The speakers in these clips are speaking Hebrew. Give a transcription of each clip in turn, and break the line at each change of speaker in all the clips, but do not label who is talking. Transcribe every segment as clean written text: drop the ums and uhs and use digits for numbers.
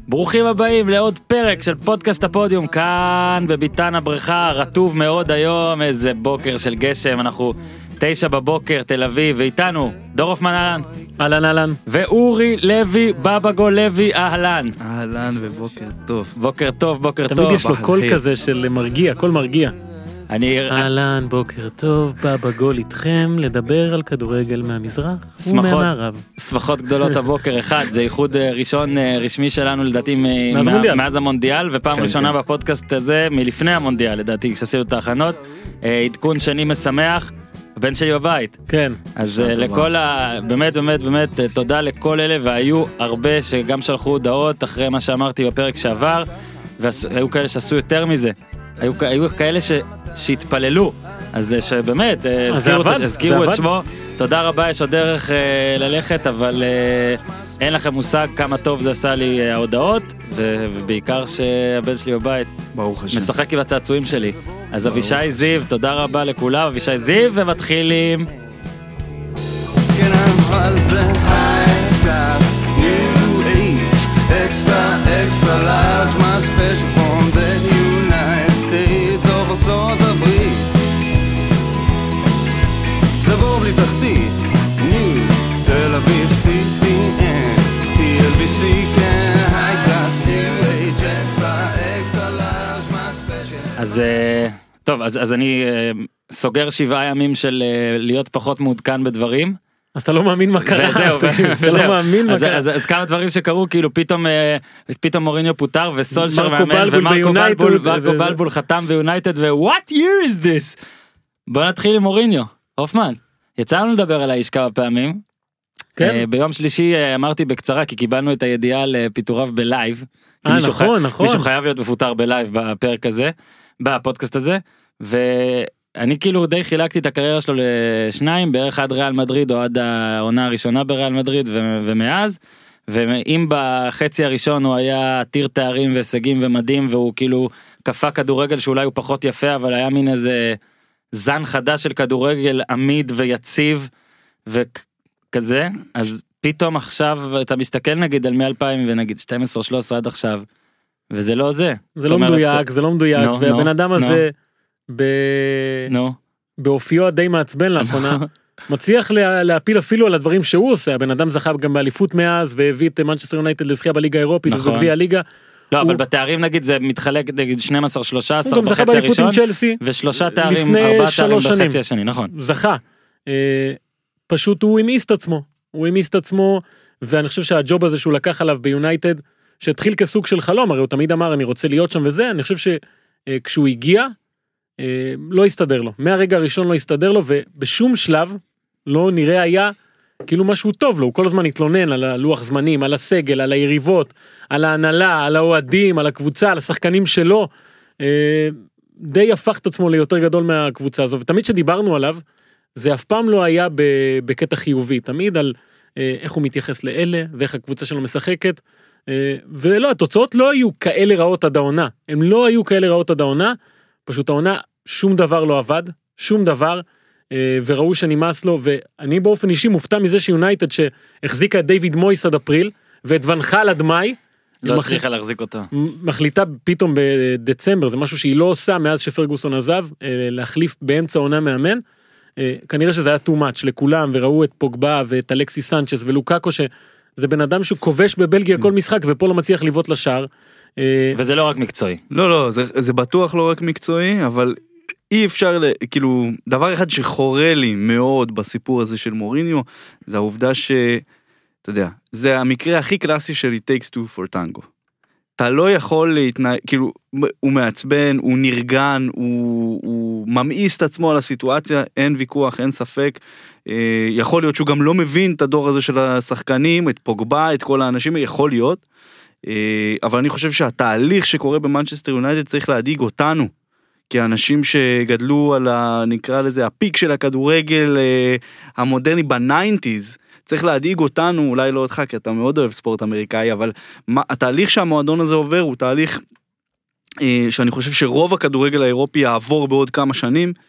ברוכים הבאים לעוד פרק של פודקאסט הפודיום כאן בביתן הבריכה, רטוב מאוד היום, איזה בוקר של גשם, אנחנו 9 בבוקר תל אביב, ואיתנו דור הופמן אהלן.
אהלן אהלן.
ואורי לוי, בבגו לוי אהלן.
אהלן ובוקר טוב.
בוקר טוב, בוקר טוב.
תמיד יש לו קול כזה של מרגיע, קול מרגיע. אהלן, בוקר טוב, בבגול איתכם לדבר על כדורגל מהמזרח ומהמערב.
שמחות גדולות הבוקר אחד, זה איחוד ראשון רשמי שלנו לדעתי מאז המונדיאל, ופעם ראשונה בפודקאסט הזה מלפני המונדיאל לדעתי כשעשינו את ההכנות, עדכון שני משמח, הבן שלי בבית.
כן.
אז לכל באמת תודה לכל אלה, והיו הרבה שגם שלחו הודעות אחרי מה שאמרתי בפרק שעבר, והיו כאלה שעשו יותר מזה. היו כאלה שהתפללו, אז שבאמת הזכירו את שמו, תודה רבה, יש עוד דרך ללכת, אבל אין לכם מושג כמה טוב זה עשה לי ההודעות, ובעיקר שהבן שלי בבית משחק עם הצעצועים שלי. אז אבישי זיו, תודה רבה לכולם, אבישי זיו, ומתחילים. extra large, my special from the United States of ארצות הברית. זה בור בלי תחתית, ניו, תל אביב, CPN, TLBC, כן, high class, new age, extra large, my special. אז טוב, אז אני סוגר 7 ימים של להיות פחות מעודכן בדברים.
אז אתה לא מאמין מה קרה.
וזהו. אז כמה דברים שקרו, כאילו פתאום מוריניו פוטר, וסולשר מאמן, ומרקו בלבול חתם ביונייטד, ו-what year is this? בוא נתחיל עם מוריניו. הופמן, יצא לנו לדבר על האיש כמה פעמים.
כן.
ביום שלישי אמרתי בקצרה, כי קיבלנו את הידיעה על פיטוריו בלייב.
נכון.
מישהו חייב להיות מפוטר בלייב בפרק הזה, בפודקאסט הזה, אני כאילו די חילקתי את הקריירה שלו לשניים, בערך עד ריאל מדריד או עד העונה הראשונה בריאל מדריד ומאז, ואם בחצי הראשון הוא היה עתיר תארים והישגים ומדהים, והוא כאילו קפה כדורגל שאולי הוא פחות יפה, אבל היה מין איזה זן חדש של כדורגל עמיד ויציב וכזה, אז פתאום עכשיו אתה מסתכל נגיד על מ-2000 ונגיד 12 או 13 עד עכשיו, וזה לא זה.
זה לא מדויק, והבן אדם הזה באופיו די מעצבן לאחרונה, מצליח להפיל אפילו על הדברים שהוא עושה. הבן אדם זכה גם באליפות מאז, והביא את מנצ'סטר יונייטד לזכייה בליגה האירופית, וגביע הליגה.
לא, אבל בתארים נגיד זה מתחלק נגיד 12-13
הוא גם זכה באליפות עם צ'לסי,
ושלושה תארים, 4 תארים בחצי השני, נכון.
זכה. פשוט הוא המיס את עצמו, ואני חושב שהג'וב הזה שהוא לקח עליו ביונייטד, שהתחיל כסוג של חלום, הרי הוא תמיד אמר אני רוצה להיות שם וזה, אני חושב שכשהוא הגיע, לא הסתדר לו, מהרגע הראשון לא הסתדר לו, ובשום שלב לא נראה היה כאילו משהו טוב לו, הוא כל הזמן התלונן על הלוח זמנים, על הסגל, על היריבות, על ההנהלה, על האוהדים, על הקבוצה, על השחקנים שלו, די הפך את עצמו ליותר גדול מהקבוצה הזו, ותמיד שדיברנו עליו, זה אף פעם לא היה בקטע חיובי, תמיד על איך הוא מתייחס לאלה, ואיך הקבוצה שלו משחקת, ולא, התוצאות לא היו כאלה רעות עד העונה, הם לא היו כאלה רעות עד העונה, פשוט העונה, שום דבר לא עבד, שום דבר, וראו שנמאס לו, ואני באופן אישי מופתע מזה שיונייטד שהחזיקה את דיוויד מויס עד אפריל, ואת ונחל עד מאי,
לא הצליחה להחזיק אותה.
מחליטה פתאום בדצמבר, זה משהו שהיא לא עושה מאז שפרגוסון עזב, להחליף באמצע עונה מאמן, כנראה שזה היה too much לכולם, וראו את פוגבה ואת אלכסי סנצ'ס ולוקאקו, שזה בן אדם שכובש בבלגיה כל משחק, ופה לא מצליח לבעוט לשער,
וזה לא רק מקצועי.
לא, זה בטוח לא רק מקצועי, אבל אי אפשר, כאילו, דבר אחד שחורה לי מאוד בסיפור הזה של מוריניו, זה העובדה אתה יודע, זה המקרה הכי קלאסי של it takes two for tango. אתה לא יכול להתנהג, כאילו, הוא מעצבן, הוא נרגן, הוא ממאיס את עצמו על הסיטואציה, אין ויכוח, אין ספק, יכול להיות שהוא גם לא מבין את הדור הזה של השחקנים, את פוגבה, את כל האנשים, יכול להיות, אבל אני חושב שהתהליך שקורה במנצ'סטר יונייטד צריך להדאיג אותנו, כי האנשים שגדלו על נקרא לזה, הפיק של הכדורגל המודרני ב-90s, צריך להדאיג אותנו, אולי לא אותך, כי אתה מאוד אוהב ספורט אמריקאי, אבל התהליך שהמועדון הזה עובר, הוא תהליך שאני חושב שרוב הכדורגל האירופי יעבור בעוד כמה שנים,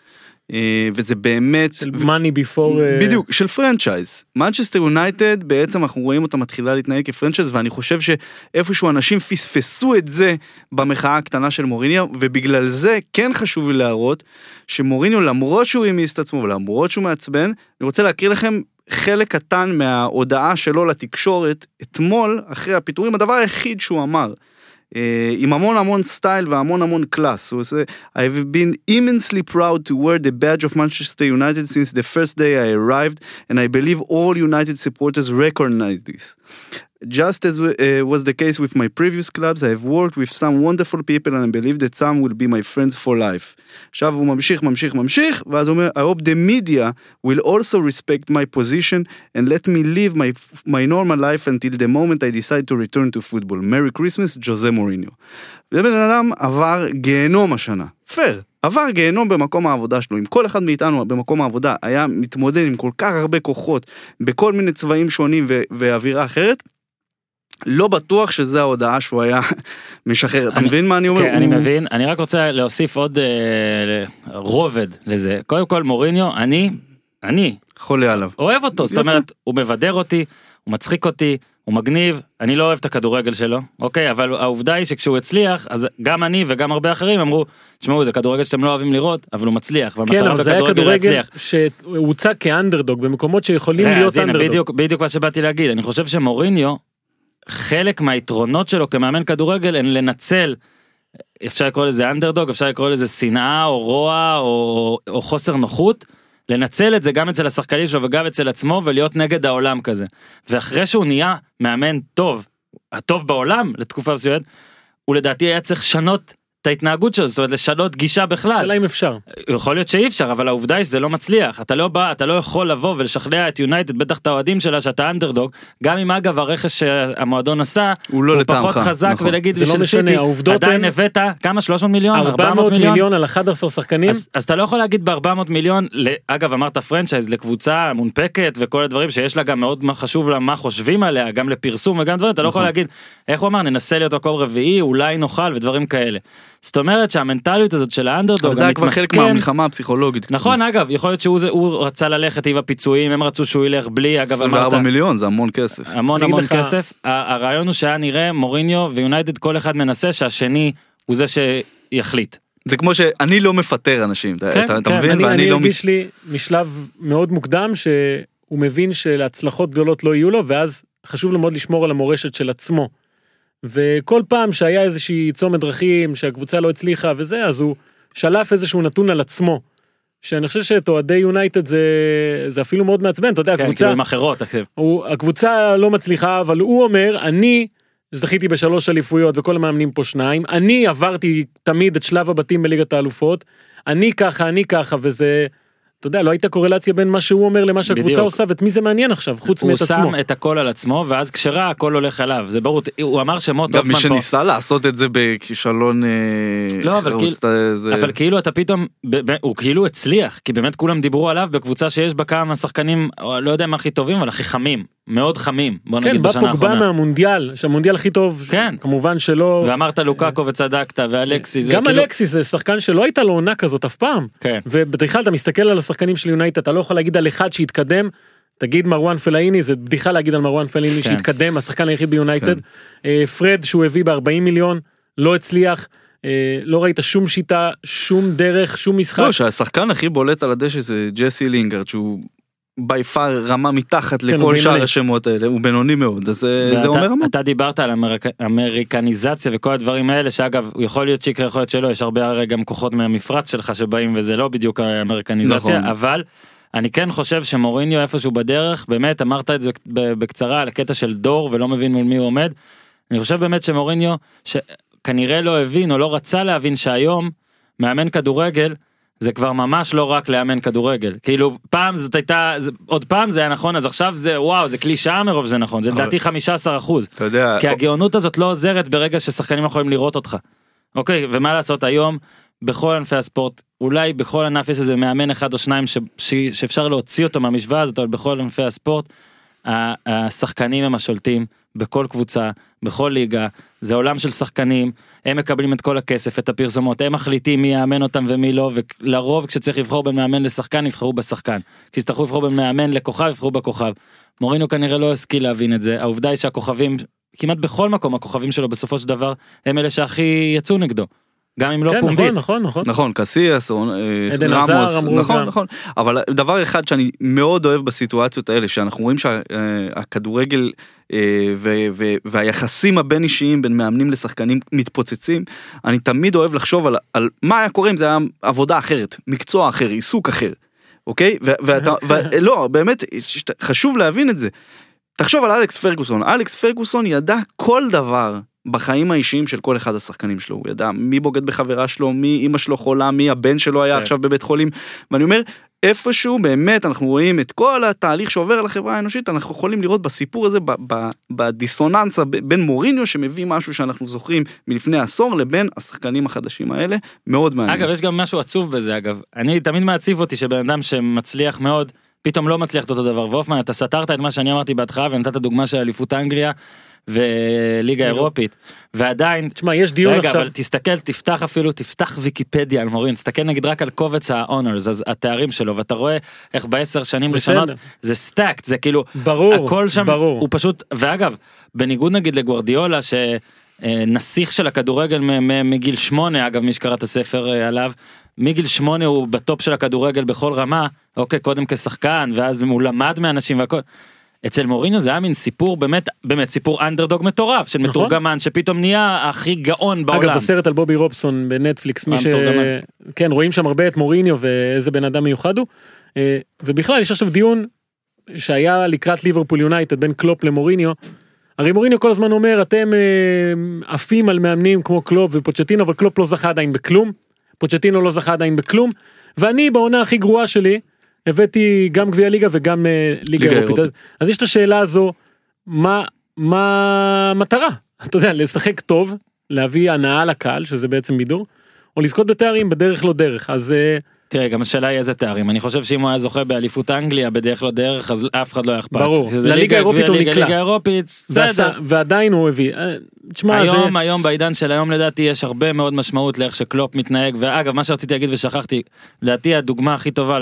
וזה באמת...
של money before...
בדיוק, של פרנצ'ייז. מנצ'סטר יונייטד, בעצם אנחנו רואים אותה מתחילה להתנהג כפרנצ'ייז, ואני חושב שאיפשהו אנשים פספסו את זה במחאה הקטנה של מוריניו, ובגלל זה כן חשוב לי להראות, שמוריניו, למרות שהוא המיס את עצמו, ולמרות שהוא מעצבן, אני רוצה להקריא לכם חלק קטן מההודעה שלו לתקשורת, אתמול, אחרי הפיטורים, הדבר היחיד שהוא אמר, עם המון סטייל והמון קלאס. הוא עושה, I've been immensely proud to wear the badge of Manchester United since the first day I arrived, and I believe all United supporters recognize this. Just as was the case with my previous clubs, I have worked with some wonderful people, and I believe that some will be my friends for life. עכשיו הוא ממשיך, ואז הוא אומר, I hope the media will also respect my position, and let me live my normal life until the moment I decide to return to football. Merry Christmas, Jose Mourinho. ובן אדם עבר גיהנום השנה. פייר. עבר גיהנום במקום העבודה שלו. אם כל אחד מאיתנו במקום העבודה היה מתמודד עם כל כך הרבה כוחות, בכל מיני צבעים שונים ואווירה אחרת, לא בטוח שזה ההודעה שהוא היה משחרר. אתה מבין מה אני אומר?
כן, אני מבין. אני רק רוצה להוסיף עוד רובד לזה. קודם כל, מוריניו, אני
חולה עליו.
אוהב אותו. זאת אומרת, הוא מבדר אותי, הוא מצחיק אותי, הוא מגניב, אני לא אוהב את הכדורגל שלו, אוקיי, אבל העובדה היא שכשהוא הצליח, אז גם אני וגם הרבה אחרים אמרו, תשמעו, זה כדורגל שאתם לא אוהבים לראות, אבל הוא מצליח,
כן, אבל זה היה כדורגל שהוא הוצג כאנדרדוג, במקומות שיכולים להיות אנדרדוג.
בדיוק מה שבאתי להגיד, אני חושב שמוריניו, חלק מהיתרונות שלו כמאמן כדורגל, הן לנצל, אפשר לקרוא לזה אנדרדוג, אפשר לקרוא לזה שנאה או רוע או חוסר נוחות, לנצל את זה גם אצל השחקנים שלו וגם אצל עצמו ולהיות נגד העולם כזה. ואחרי שהוא נהיה מאמן טוב, הטוב בעולם לתקופה מסוימת, הוא לדעתי היה צריך לשנות את ההתנהגות שלו, זאת אומרת לשנות גישה בכלל.
שאלה אם אפשר.
יכול להיות שאי אפשר, אבל העובדה היא שזה לא מצליח. אתה לא יכול לבוא ולשכנע את יונייטד, בטח את האוהדים שלה שאתה אנדרדוג, גם אם אגב הרכש שהמועדון עשה,
הוא לא
פחות חזק
נכון.
ולהגיד
זה לא משנה, העובדות
עדיין הבאת כמה 300 מיליון,
400 מיליון על 11 שחקנים.
אז אתה לא יכול להגיד ב400 מיליון, אגב אמרת פרנצ'ייז לקבוצה מונפקת וכל הדברים שיש לה גם מאוד חשוב לה מה חושבים עליה, גם לפרסום וגם דברים, אתה לא יכול להגיד, איך הוא אמר, ננסה להיות מקום רביעי, אולי נוכל ודברים כאלה. זאת אומרת שהמנטליות הזאת של האנדרדוג,
זה היה כבר חלק מהמלחמה הפסיכולוגית.
נכון, אגב, יכול להיות שהוא רצה ללכת עם הפיצויים, הם רצו שהוא ילך בלי, אגב
24 מיליון, זה המון כסף.
המון כסף. הרעיון הוא שהיה נראה מוריניו ויונייטד כל אחד מנסה שהשני הוא זה שיחליט.
זה כמו שאני לא מפטר אנשים, אתה מבין?
אני הרגיש לי משלב מאוד מוקדם שהוא מבין שלהצלחות גדולות לא יהיו לו, ואז חשוב לו מאוד לשמור על המורשת של עצמו. וכל פעם שהיה איזושהי צומת דרכים שהקבוצה לא הצליחה וזה, אז הוא שלף איזשהו נתון על עצמו, שאני חושב שאת אוהדי יונייטד זה אפילו מאוד מעצבן, אתה יודע,
כן, כאילו עם אחרות,
הקבוצה לא מצליחה, אבל הוא אומר, אני זכיתי ב3 אליפויות וכל המאמנים פה 2, אני עברתי תמיד את שלב הבתים בליגת האלופות, אני ככה, וזה... אתה יודע, לא הייתה קורלציה בין מה שהוא אומר למה שהקבוצה עושה, ואת מי זה מעניין עכשיו, חוץ מאת עצמו.
הוא שם את הכל על עצמו, ואז כשרע, הכל הולך עליו. זה ברור, הוא אמר שמות
גם מי שניסה לעשות את זה בכישלון...
לא, אבל כאילו אתה פתאום, הוא כאילו הצליח, כי באמת כולם דיברו עליו בקבוצה שיש בה כמה שחקנים, לא יודע מה הכי טובים, אבל הכי חמים, מאוד חמים, בוא נגיד בשנה האחרונה. כן, בא
פוגבה מהמונדיאל, שהמונדיאל הכי טוב, כמובן שלא...
ואמרת לוקאקו וצדקת, ואלקסיס...
גם אלקסיס זה שחקן שלא הייתה לו עונה כזאת אף פעם. ובדרך אתה מסתכל על השחקנים של יונייטד, אתה לא יכול להגיד על אחד שהתקדם, תגיד מרואן פלאיני, זה בדיחה להגיד על מרואן פלאיני שהתקדם, השחקן היחיד ביונייטד, פרד שהוא הביא ב40 מיליון, לא הצליח, לא ראית שום שיטה, שום דרך, שום משחק.
לא, שהשחקן הכי בולט על הדשא זה ג'סי לינגארד, שהוא בי פאר רמה מתחת לכל שאר השמות האלה, הוא בינוני מאוד, אז זה אומר המון.
אתה דיברת על אמריקניזציה וכל הדברים האלה, שאגב, יכול להיות שיקרה, יכול להיות שלא, יש הרבה הרי גם כוחות מהמפרץ שלך שבאים, וזה לא בדיוק האמריקניזציה, אבל אני כן חושב שמוריניו איפשהו בדרך, באמת אמרת את זה בקצרה, על הקטע של דור, ולא מבין מול מי הוא עומד, אני חושב באמת שמוריניו, שכנראה לא הבין או לא רצה להבין שהיום, מאמן כדורגל, זה כבר ממש לא רק לאמן כדורגל, כאילו פעם זאת הייתה, עוד פעם זה היה נכון, אז עכשיו זה וואו, זה קלישאה מרוב זה נכון, זה לדעתי 15%,
אתה יודע,
כי הגאונות הזאת לא עוזרת ברגע ששחקנים יכולים לראות אותך, אוקיי, ומה לעשות היום, בכל ענפי הספורט, אולי בכל ענף יש איזה מאמן אחד או שניים שאפשר להוציא אותו מהמשוואה הזאת, אבל בכל ענפי הספורט, השחקנים הם השולטים בכל קבוצה, בכל ליגה, זה עולם של שחקנים, הם מקבלים את כל הכסף, את הפרסומות, הם מחליטים מי יאמן אותם ומי לא, ולרוב כשצריך לבחור בין מאמן לשחקן, יבחרו בשחקן. כשצטרכו לבחור בין מאמן לכוכב, יבחרו בכוכב. מוריניו כנראה לא השכיל להבין את זה, העובדה היא שהכוכבים, כמעט בכל מקום, הכוכבים שלו בסופו של דבר, הם אלה שהכי יצאו נגדו. גם אם לא
כן,
פומבית.
נכון, קסיאס,
עדן עזר אמרו גם.
נכון, אבל דבר אחד שאני מאוד אוהב בסיטואציות האלה, שאנחנו רואים שהכדורגל והיחסים הבין אישיים בין מאמנים לשחקנים מתפוצצים, אני תמיד אוהב לחשוב על מה היה קורה אם זה היה עבודה אחרת, מקצוע אחר, עיסוק אחר, אוקיי? לא, באמת, חשוב להבין את זה. תחשוב על אלכס פרגוסון, אלכס פרגוסון ידע כל דבר בחיים האישיים של כל אחד השחקנים שלו, הוא ידע מי בוגד בחברה שלו, מי אמא שלו חולה, מי הבן שלו היה עכשיו בבית חולים, ואני אומר, איפשהו באמת אנחנו רואים את כל התהליך שעובר על החברה האנושית, אנחנו יכולים לראות בסיפור הזה, בדיסוננס בין מוריניו, שמביא משהו שאנחנו זוכרים מלפני עשור, לבין השחקנים החדשים האלה, מאוד מעניין.
אגב, יש גם משהו עצוב בזה, אגב, אני תמיד מעציב אותי שבן אדם שמצליח מאוד, פתאום לא מצליח את אותו דבר, ואופמן, אתה סתרת את מה שאני אמרתי בהתחלה, ונתת דוגמה של אליפות אנגליה, וליגה אירופית, ועדיין,
תשמע, יש דיון
רגע,
עכשיו.
אבל תסתכל, תפתח ויקיפדיה על מוריניו, תסתכל נגיד רק על קובץ האונרס, אז התארים שלו, ואתה רואה איך ב10 שנים ראשונות, זה סטאקט, זה כאילו, הכל שם, הוא פשוט, ואגב, בניגוד נגיד לגוארדיולה, שנסיך של הכדורגל מגיל 8, אגב, מי שקרא את הספר עליו, מגיל 8 הוא בטופ של הכדורגל בכל רמה, אוקיי, קודם כשחקן, ואז הוא למד מאנשים והכל, אצל מוריניו זה היה מין סיפור, באמת סיפור אנדרדוג מטורף, של מתורגמן, שפתאום נהיה הכי גאון בעולם.
אגב, הסרט על בובי רובסון בנטפליקס, כן, רואים שם הרבה את מוריניו, ואיזה בן אדם מיוחד הוא, ובכלל, יש עכשיו דיון, שהיה לקראת ליברפול יונייטד, בין קלופ למוריניו, הרי מוריניו כל הזמן אומר, אתם עפים על מאמנים כמו קלופ ופוצ'טינו, אבל קלופ לא זכה עדיין בכלום, פוצ'טינו לא זכה עדיין בכלום, ואני בעונה הכי גרועה שלי, הבאתי גם גביע ליגה וגם ליגה אירופית. אז יש את השאלה הזו, מה המטרה? אתה יודע, לשחק טוב, להביא הנאה לקהל, שזה בעצם בידור, או לזכות בתארים בדרך לא דרך. אז
תראה, גם השאלה היא איזה תארים. אני חושב שאם הוא היה זוכה באליפות אנגליה בדרך לא דרך, אז אף אחד לא אכפת.
ברור. לליגה האירופית הוא נקלע.
ליגה אירופית, בסדר.
ועדיין הוא הביא.
היום בעידן של היום לדעתי יש הרבה מאוד משמעות לאיך שקלופ מתנהג, ואגב, מה שרציתי להגיד ושכחתי, לדעתי הדוגמה הכי טובה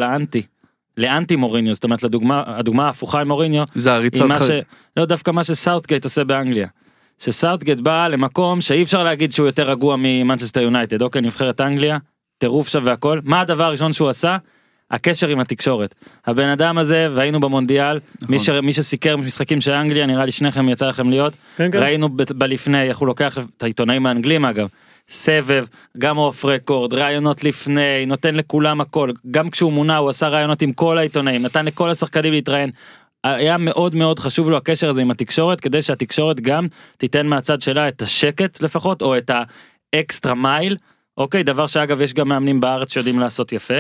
לאנטי מוריניו, זאת אומרת, הדוגמה ההפוכה עם מוריניו,
זה הריצת
לא דווקא מה שסאוטגייט עושה באנגליה, שסאוטגייט בא למקום שאי אפשר להגיד שהוא יותר רגוע ממנצ'סטר יונייטד, אוקיי, נבחרת אנגליה, טירוף שם והכל, מה הדבר הראשון שהוא עשה? הקשר עם התקשורת. הבן אדם הזה, והיינו במונדיאל, מי שסיקר משחקים של אנגליה, נראה לי שניכם יצא לכם להיות, ראינו בלפני, איך הוא לוקח את העיתונאים האנגלים אגב, סבב, גם אוף רקורד, רעיונות לפני, נותן לכולם הכל, גם כשהוא מונה הוא עשה רעיונות עם כל העיתונאים, נתן לכל השחקנים להתראיין, היה מאוד מאוד חשוב לו הקשר הזה עם התקשורת, כדי שהתקשורת גם תיתן מהצד שלה את השקט לפחות, או את האקסטרה מייל, אוקיי, דבר שאגב יש גם מאמנים בארץ שיודעים לעשות יפה,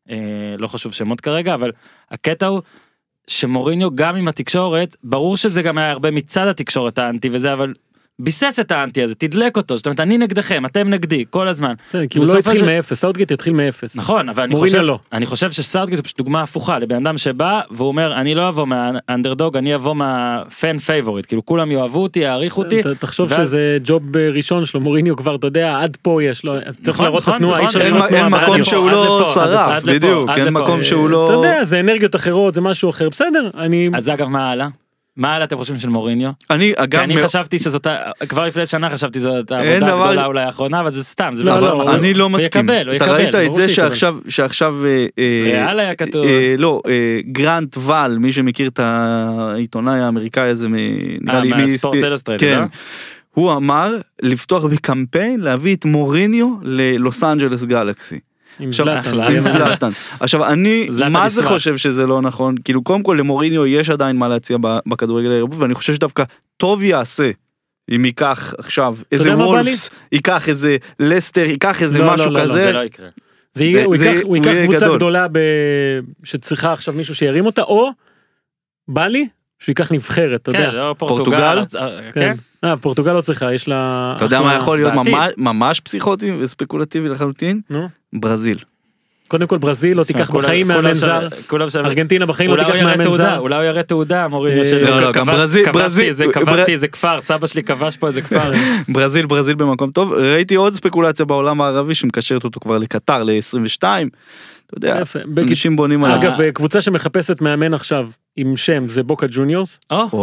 לא חשוב שמות כרגע, אבל הקטע הוא שמוריניו גם עם התקשורת, ברור שזה גם היה הרבה מצד התקשורת האנטי וזה, אבל ביסס את האנטי הזה, תדלק אותו, זאת אומרת, אני נגדכם, אתם נגדי, כל הזמן.
כי הוא לא התחיל מאפס, סאוטגייט התחיל מאפס.
נכון, אבל אני חושב שסאוטגייט הוא פשוט דוגמה הפוכה, לבן אדם שבא, והוא אומר, אני לא אבוא מהאנדרדוג, אני אבוא מהפן פייבוריט, כאילו כולם יאהבו אותי, יעריכו אותי.
תחשוב שזה ג'וב ראשון שלו, מוריניו כבר, אתה יודע, עד פה יש לו, צריך להראות את התנועה,
אין מקום שהוא לא שרף, בדיוק, אין מקום שהוא לא...
אתה יודע, זה אנרגיות אחרות, זה משהו אחר, בסדר,
אז אגב, מה הלאה? מה הלאה אתם חושבים של מוריניו? אני חשבתי שזאת, כבר לפני שנה חשבתי שזאת העבודה הגדולה אולי האחרונה, אבל זה סתם, זה
לא, אני לא מסכים. אתה ראית את זה שעכשיו,
ריאל היה כתוב.
לא, גרנט ואל, מי שמכיר את העיתונאי האמריקאי הזה, נראה לי
מהספורט אילוסטרייטד,
כן. הוא אמר לפתוח בקמפיין, להביא את מוריניו ללוס אנג'לס גלקסי.
עם
זלאטן. עכשיו אני, מה זה חושב שזה לא נכון? כאילו קודם כל למוריניו יש עדיין מה להציע בכדורגל האירופי, ואני חושב שדווקא טוב יעשה, אם ייקח עכשיו איזה וולפס, ייקח איזה לסטר, ייקח איזה משהו כזה.
זה לא יקרה.
הוא ייקח קבוצה גדולה שצריכה עכשיו מישהו שירים אותה, או בא לי שהוא ייקח נבחרת, אתה יודע.
כן, או פורטוגל. כן.
פורטוגל לא צריכה, יש לה...
אתה יודע מה יכול להיות ממש פסיכוטי וספקולטיבי לחלוטין? ברזיל.
קודם כל ברזיל לא תיקח בחיים מאמן זר, ארגנטינה בחיים לא תיקח מאמן זר.
אולי הוא יראה תעודה, מוריניו שלו, כבשתי איזה כפר, סבא שלי כבש פה איזה כפר.
ברזיל במקום טוב. ראיתי עוד ספקולציה בעולם הערבי שמקשרת אותו כבר לקטר, ל-22. אתה יודע, אנשים בונים עליו.
אגב, קבוצה שמחפשת מאמן עכשיו עם שם זה בוקה ג'וניורס,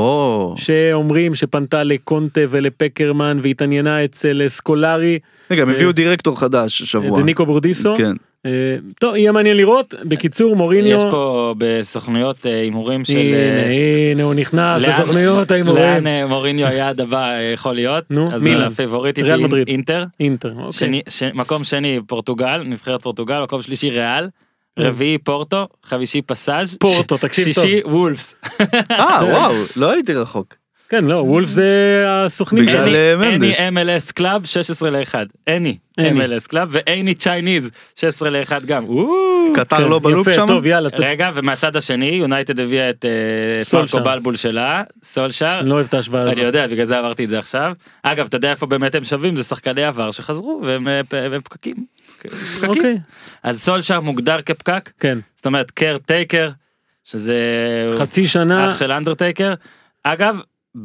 שאומרים שפנתה לקונטה ולפקרמן והתעניינה אצל סקולרי.
רגע, הם הביאו דירקטור חדש שבוע.
זה ניקו בורדיסו.
כן.
טוב, יהיה מעניין לראות. בקיצור, מוריניו...
יש פה בסוכנויות הימורים של...
הנה, הוא נכנס בסוכנויות ההימורים.
לאן מוריניו היה הדבר יכול להיות? אז הפייבוריטית היא אינטר.
אינטר, אוקיי.
מקום שני פורטוגל, נבחרת פורטוגל, מקום שלישי ריאל, רביעי פורטו, חמישי פסאז',
פורטו, תקשיב טוב.
שישי וולפס.
וואו, לא הייתי רחוק.
כן, לא, וולף זה הסוכנים
בגלל מנדש.
any MLS קלאב 16-1, any MLS קלאב, ואני צ'ייניז 16-1 גם.
קטר לא בלופ שם?
טוב, יאללה.
רגע, ומהצד השני, יונייטד הביאה את מרקו בלבול שלה, סולשר.
אני לא אוהב את ההשוואה הזאת.
אני יודע, בגלל זה עברתי את זה עכשיו. אגב, אתה יודע איפה באמת הם שווים? זה שחקני עבר שחזרו, והם פקקים.
אוקיי.
אז סולשר מוגדר כפקק.
כן.
זאת אומרת, קר טייקר, שזה...
חצי שנה.
אח של אנדרטייקר. אגב,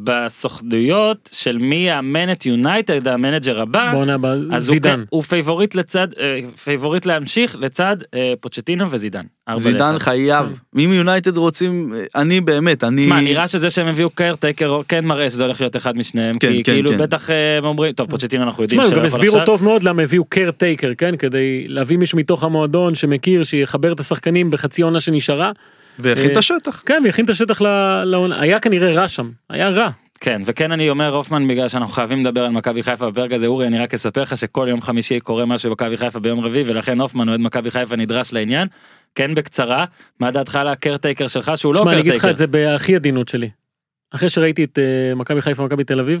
בסוכנויות של מי יאמן את יונייטד, המנג'ר הבא, אז הוא פייבוריט להמשיך לצד פוצ'טינו וזידן.
זידן חייב. אם יונייטד רוצים, אני באמת,
תשמע, נראה שזה שהם הביאו קרטייקר, כן מראה שזה הולך להיות אחד משניהם, כי כאילו בטח אומרים, טוב, פוצ'טינו אנחנו יודעים
שלא יכול עכשיו. גם הסבירו טוב מאוד למה הביאו קרטייקר, כן? כדי להביא מישהו מתוך המועדון שמכיר, שיחבר את השחקנים בחצי עונה שנשארה.
והכין את השטח.
כן, והכין את השטח לעונה. היה כנראה רע שם, היה רע.
כן, וכן אני אומר אופמן, בגלל שאנחנו חייבים לדבר על מכבי חיפה בפרק הזה, אורי, אני רק אספר לך שכל יום חמישי קורה משהו במכבי חיפה ביום רביעי, ולכן אופמן אוהד מכבי חיפה נדרש לעניין. כן, בקצרה, מה דעתך על הקרטייקר שלך, שהוא לא קרטייקר?
אני אגיד לך את זה בהכי עדינות שלי. אחרי שראיתי את מכבי חיפה ומכבי תל אביב,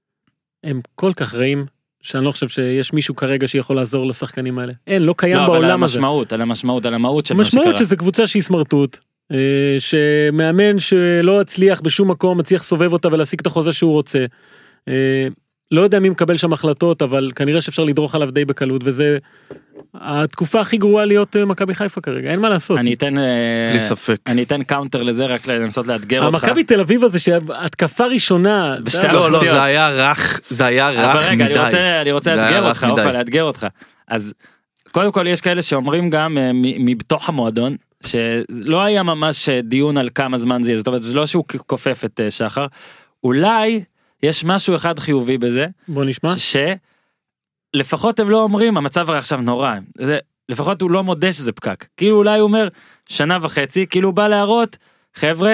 הם כל כך רעים, שאני לא חושב שיש מישהו כרגע שיכול לעזור לשחקנים האלה. אין, לא קיים בעולם הזה.
על המשמעות של מה שקרה.
המשמעות שזה קבוצה שהיא סמרטוט, שמאמן שלא הצליח בשום מקום, מצליח סובב אותה ולהשיג את החוזה שהוא רוצה. לא יודע מי מקבל שם החלטות, אבל כנראה שאפשר לדרוך עליו די בקלות, וזה התקופה הכי גרועה להיות מכבי חיפה כרגע, אין מה לעשות.
אני אתן קאונטר לזה, רק לנסות לאתגר אותך.
המכבי תל אביב הזה, שהתקפה ראשונה...
לא, זה היה רך מדי.
אבל רגע, אני רוצה לאתגר אותך. אז קודם כל יש כאלה שאומרים גם מבתוך המועדון, שלא היה ממש דיון על כמה זמן זה יהיה, זאת אומרת, זה לא שהוא כופף את שחר, אולי יש משהו אחד חיובי בזה,
בוא נשמע,
שלפחות הם לא אומרים, המצב הרי עכשיו נורא, לפחות הוא לא מודה שזה פקק, כאילו אולי הוא אומר, 1.5 שנה, כאילו הוא בא להראות, חבר'ה,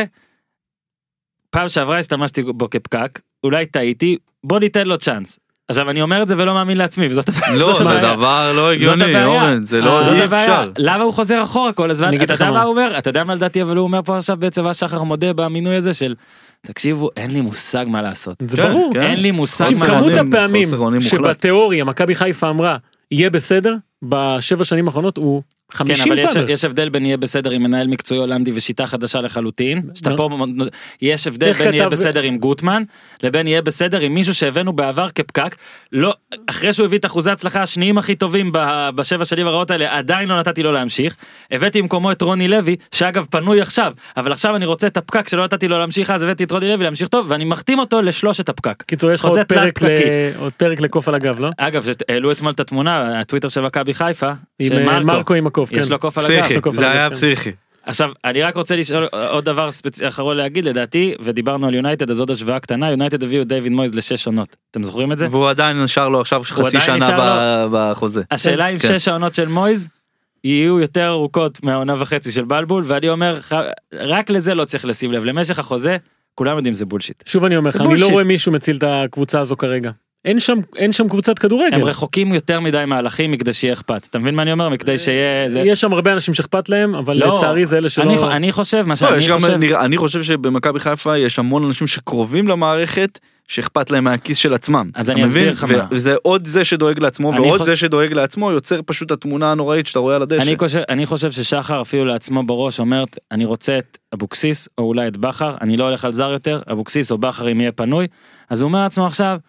פעם שעברה הסתמשתי בו כפקק, אולי טעיתי, בוא ניתן לו צ'אנס. עכשיו אני אומר את זה ולא מאמין לעצמי, וזאת הבעיה.
לא, זה דבר לא הגיוני, אורן, זה לא אי אפשר.
למה הוא חוזר אחורה כל הזמן? אתה יודע מה הוא אומר? אתה יודע מה לדעתי, אבל הוא אומר פה עכשיו בעצם שחר מודה במינוי הזה של, תקשיבו, אין לי מושג מה לעשות.
זה ברור.
אין לי מושג מה
לעשות.
לעשות.
כמות הפעמים שבתיאוריה מכבי חיפה אמרה, יהיה בסדר, ב7 שנים האחרונות הוא 50 פעם.
כן, אבל יש הבדל בין יהיה בסדר עם מנהל מקצועי הולנדי ושיטה חדשה לחלוטין, יש הבדל בין יהיה בסדר עם גוטמן, לבין יהיה בסדר עם מישהו שהבאנו בעבר כפקק, אחרי שהוא הביא את אחוזי ההצלחה השניים הכי טובים ב7 שנים הרעות האלה, עדיין לא נתתי לו להמשיך, הבאתי במקומו את רוני לוי, שאגב פנוי עכשיו, אבל עכשיו אני רוצה את הפקק שלא נתתי לו להמשיך, אז הבאתי את רוני לוי להמשיך טוב, ואני מחתים אותו לשלושת הפקק.
קיצור, יש עוד פרק לקוף על הגב, לא?
אגב, העלו אתמול את התמונה, הטוויטר של מכבי חיפה, של
מרקו עם הקוף,
יש לו קוף על הגב.
זה היה פסיכי.
עכשיו, אני רק רוצה לשאול עוד דבר אחרון להגיד, לדעתי, ודיברנו על יונייטד, אז עוד השוואה קטנה, יונייטד הביאו דיוויד מויז ל6 עונות. אתם זוכרים את זה?
והוא עדיין נשאר לו עכשיו חצי שנה בחוזה.
השאלה אם 6 העונות של מויז, יהיו יותר ארוכות מהעונה וחצי של בלבול, ואני אומר, רק לזה לא צריך לשים לב, למשך החוזה, כולם יודעים זה בולשיט.
שוב אני אומר לך, אני לא רואה מישהו מציל את הקבוצה הזו כרגע. אין שם קבוצת כדורגל.
הם רחוקים יותר מדי מהלכים מכדי שיהיה אכפת. אתה מבין מה אני אומר? מכדי שיהיה...
יש שם הרבה אנשים שאכפת להם, אבל לצערי זה אלה שלא...
אני חושב, מה שאני חושב...
אני חושב שבמכבי חיפה יש המון אנשים שקרובים למערכת, שאכפת להם מהכיס של עצמם.
אז אני אסביר לך מה.
וזה עוד זה שדואג לעצמו, ועוד זה שדואג לעצמו, יוצר פשוט התמונה הנוראית שאתה רואה על הדשא.
אני חושב ששחר אפילו לעצמו בראש אומרת, אני רוצה את אבוקסיס, או אולי את בכר, אני לא הולך על זר יותר, אבוקסיס או בכר אם יהיה פנוי, אז הוא אומר לעצמו עכשיו,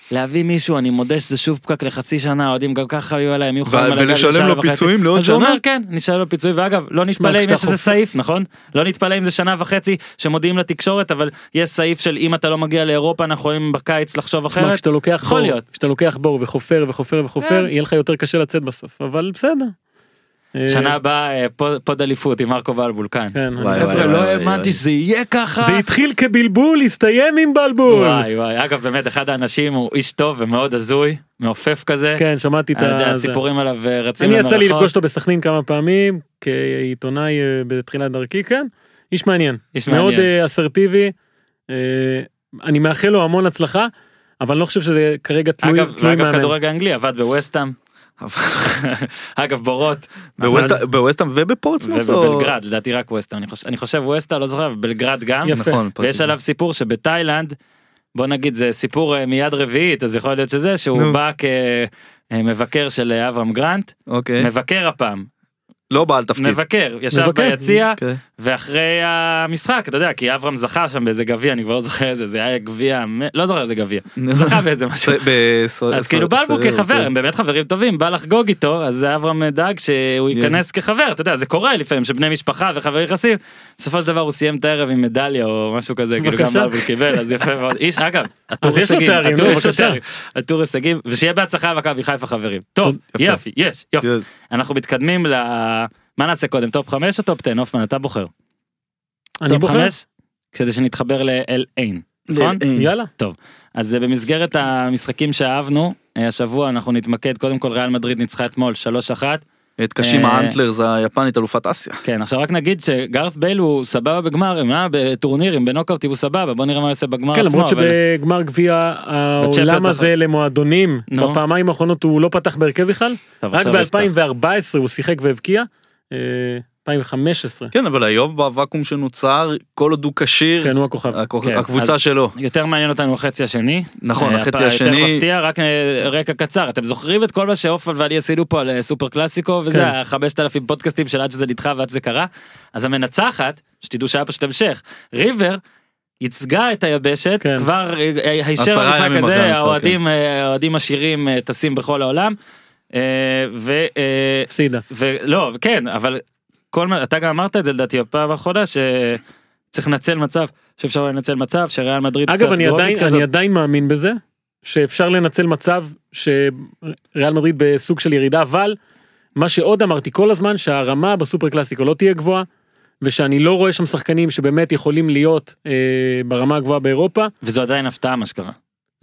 להביא מישהו, אני מודה שזה שוב פקק לחצי שנה, אוהדים גם ככה היו עליהם, יהיו חיים על הגל
ולשלם לו פיצויים לעוד שנה?
אז הוא אומר כן, נשלם לו פיצוי, ואגב, לא נתפלא אם יש איזה סעיף, נכון? לא נתפלא אם זה שנה וחצי שמודיעים לתקשורת, אבל יש סעיף של אם אתה לא מגיע לאירופה, אנחנו יכולים בקיץ לחשוב אחרת.
כשאתה לוקח בור וחופר וחופר וחופר, יהיה לך יותר קשה לצאת בסוף, אבל בסדר.
שנה הבאה פוד אליפות עם מרקו בלבול כאן.
חבר'ה,
לא האמנתי שזה יהיה ככה.
זה התחיל כבלבול, הסתיים עם בלבול.
וואי, אגב באמת אחד האנשים הוא איש טוב ומאוד הזוי, מעופף כזה.
כן, שמעתי את
הסיפורים עליו רצים
אני
למרחוב.
יצא לי לפגוש אותו בסכנין כמה פעמים, כעיתונאי בתחילת דרכי, כן. איש מעניין. מאוד אסרטיבי. אני מאחל לו המון הצלחה, אבל אני לא חושב שזה כרגע תלוי מאמן.
אגב כדורגל אנגלי עבד בווסטהאם. אגב בורות
בווסטהאם ובפורטסמות'
ובבלגרד, לדעתי רק ווסטהאם, אני חושב ווסטהאם, לא זוכר, בלגרד גם, ויש עליו סיפור שבתאילנד, בוא נגיד זה סיפור מיד רביעית, אז יכול להיות שזה, שהוא בא כמבקר של אברהם גרנט, מבקר הפעם,
לא בעל תפקיד.
מבקר, ישב ביציע, ואחרי המשחק, אתה יודע, כי אברהם זכה שם באיזה גביע, אני כבר לא זוכר איזה, זה היה גביע, לא זוכר איזה גביע, זכה באיזה משהו. אז כאילו בלבול כחבר, הם באמת חברים טובים, בא לחגוג איתו, אז אברהם דאג שהוא ייכנס כחבר, אתה יודע, זה קורה לפעמים, שבני משפחה וחברים יחסים, בסופו של דבר הוא סיים את הערב עם מדליה או משהו כזה, כאילו גם בלבול קיבל, אז יפה מאוד. איש, אגב, הטור הישגים, ושיהיה בהצלחה במכבי חיפה חברים. טוב, יופי, יש, יופי. אנחנו מתקדמים מה נעשה קודם, טופ 5 או טופ 10? אופמן, אתה בוחר.
אני בוחר.
טופ 5? כדי שנתחבר לאל-עין, נכון?
יאללה.
טוב, אז במסגרת המשחקים שאהבנו, השבוע אנחנו נתמקד, קודם כל ריאל מדריד ניצחה אתמול 3-1.
את קשימה אנטלרס היפנית אלופת אסיה.
כן, עכשיו רק נגיד שגארת בייל הוא סבבה בגמרים, בטורנירים, בנוקאוטים הוא סבבה, בוא נראה מה יעשה בגמר עצמו.
כן, למרות שבגמר גביע העולם הזה למועדונים, בפעמיים האחרונות הוא לא פתח בהרכב בכלל, רק ב-2014 הוא שיחק והבקיע, 2015.
כן, אבל היום בוואקום שנוצר, כל עוד הוא כשיר,
כן, הוא הכוכב.
הקבוצה שלו.
יותר מעניין אותנו החצי השני.
נכון, החצי השני.
יותר מפתיע, רק רקע קצר. אתם זוכרים את כל מה שאופל ואני עשינו פה על סופר קלאסיקו, וזה 5,000 פודקאסטים של עד שזה נדחה ועד שזה קרה. אז המנצחת, שתדעו שהיה פשוט המשך, ריבר, ייצגה את היבשת, כבר הישר המשחק הזה, האוהדים עשירים טסים בכל העולם,
הפסידה.
לא, כן, אבל אתה גם אמרת את זה לדעתי הפעם האחרונה שצריך לנצל מצב, שאפשר לנצל מצב שריאל מדריד
אגב אני עדיין מאמין בזה שאפשר לנצל מצב שריאל מדריד בסוג של ירידה, אבל מה שעוד אמרתי כל הזמן שהרמה בסופר קלאסיקו לא תהיה גבוהה, ושאני לא רואה שם שחקנים שבאמת יכולים להיות ברמה הגבוהה באירופה,
וזו עדיין הפתעה מה שקרה.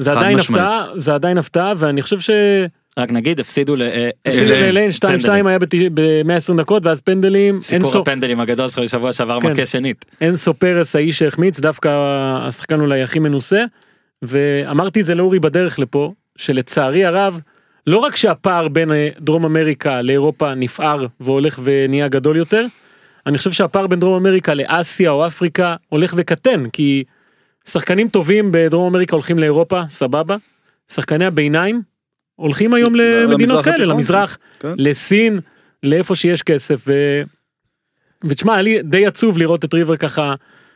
זה עדיין הפתעה ואני חושב
רק נגיד, הפסידו
לאליין, 2-2 היה ב-120 דקות, ואז פנדלים.
סיפור הפנדלים הגדול שלך שבוע שעבר מכה שנית.
אנסו פרס, האיש שהחמיץ, דווקא השחקן אולי הכי מנוסה, ואמרתי את זה לאורי בדרך לפה, שלצערי הרב, לא רק שהפער בין דרום אמריקה לאירופה נפער, והולך ונהיה גדול יותר, אני חושב שהפער בין דרום אמריקה לאסיה או אפריקה, הולך וקטן, כי שחקנים טובים בדרום אמריקה הולכים לאירופה, סבבה, שחקני הביניים, הולכים היום למדינות כאלה, למזרח, לסין, לאיפה שיש כסף, ותשמע, היה לי די עצוב לראות את ריבר ככה,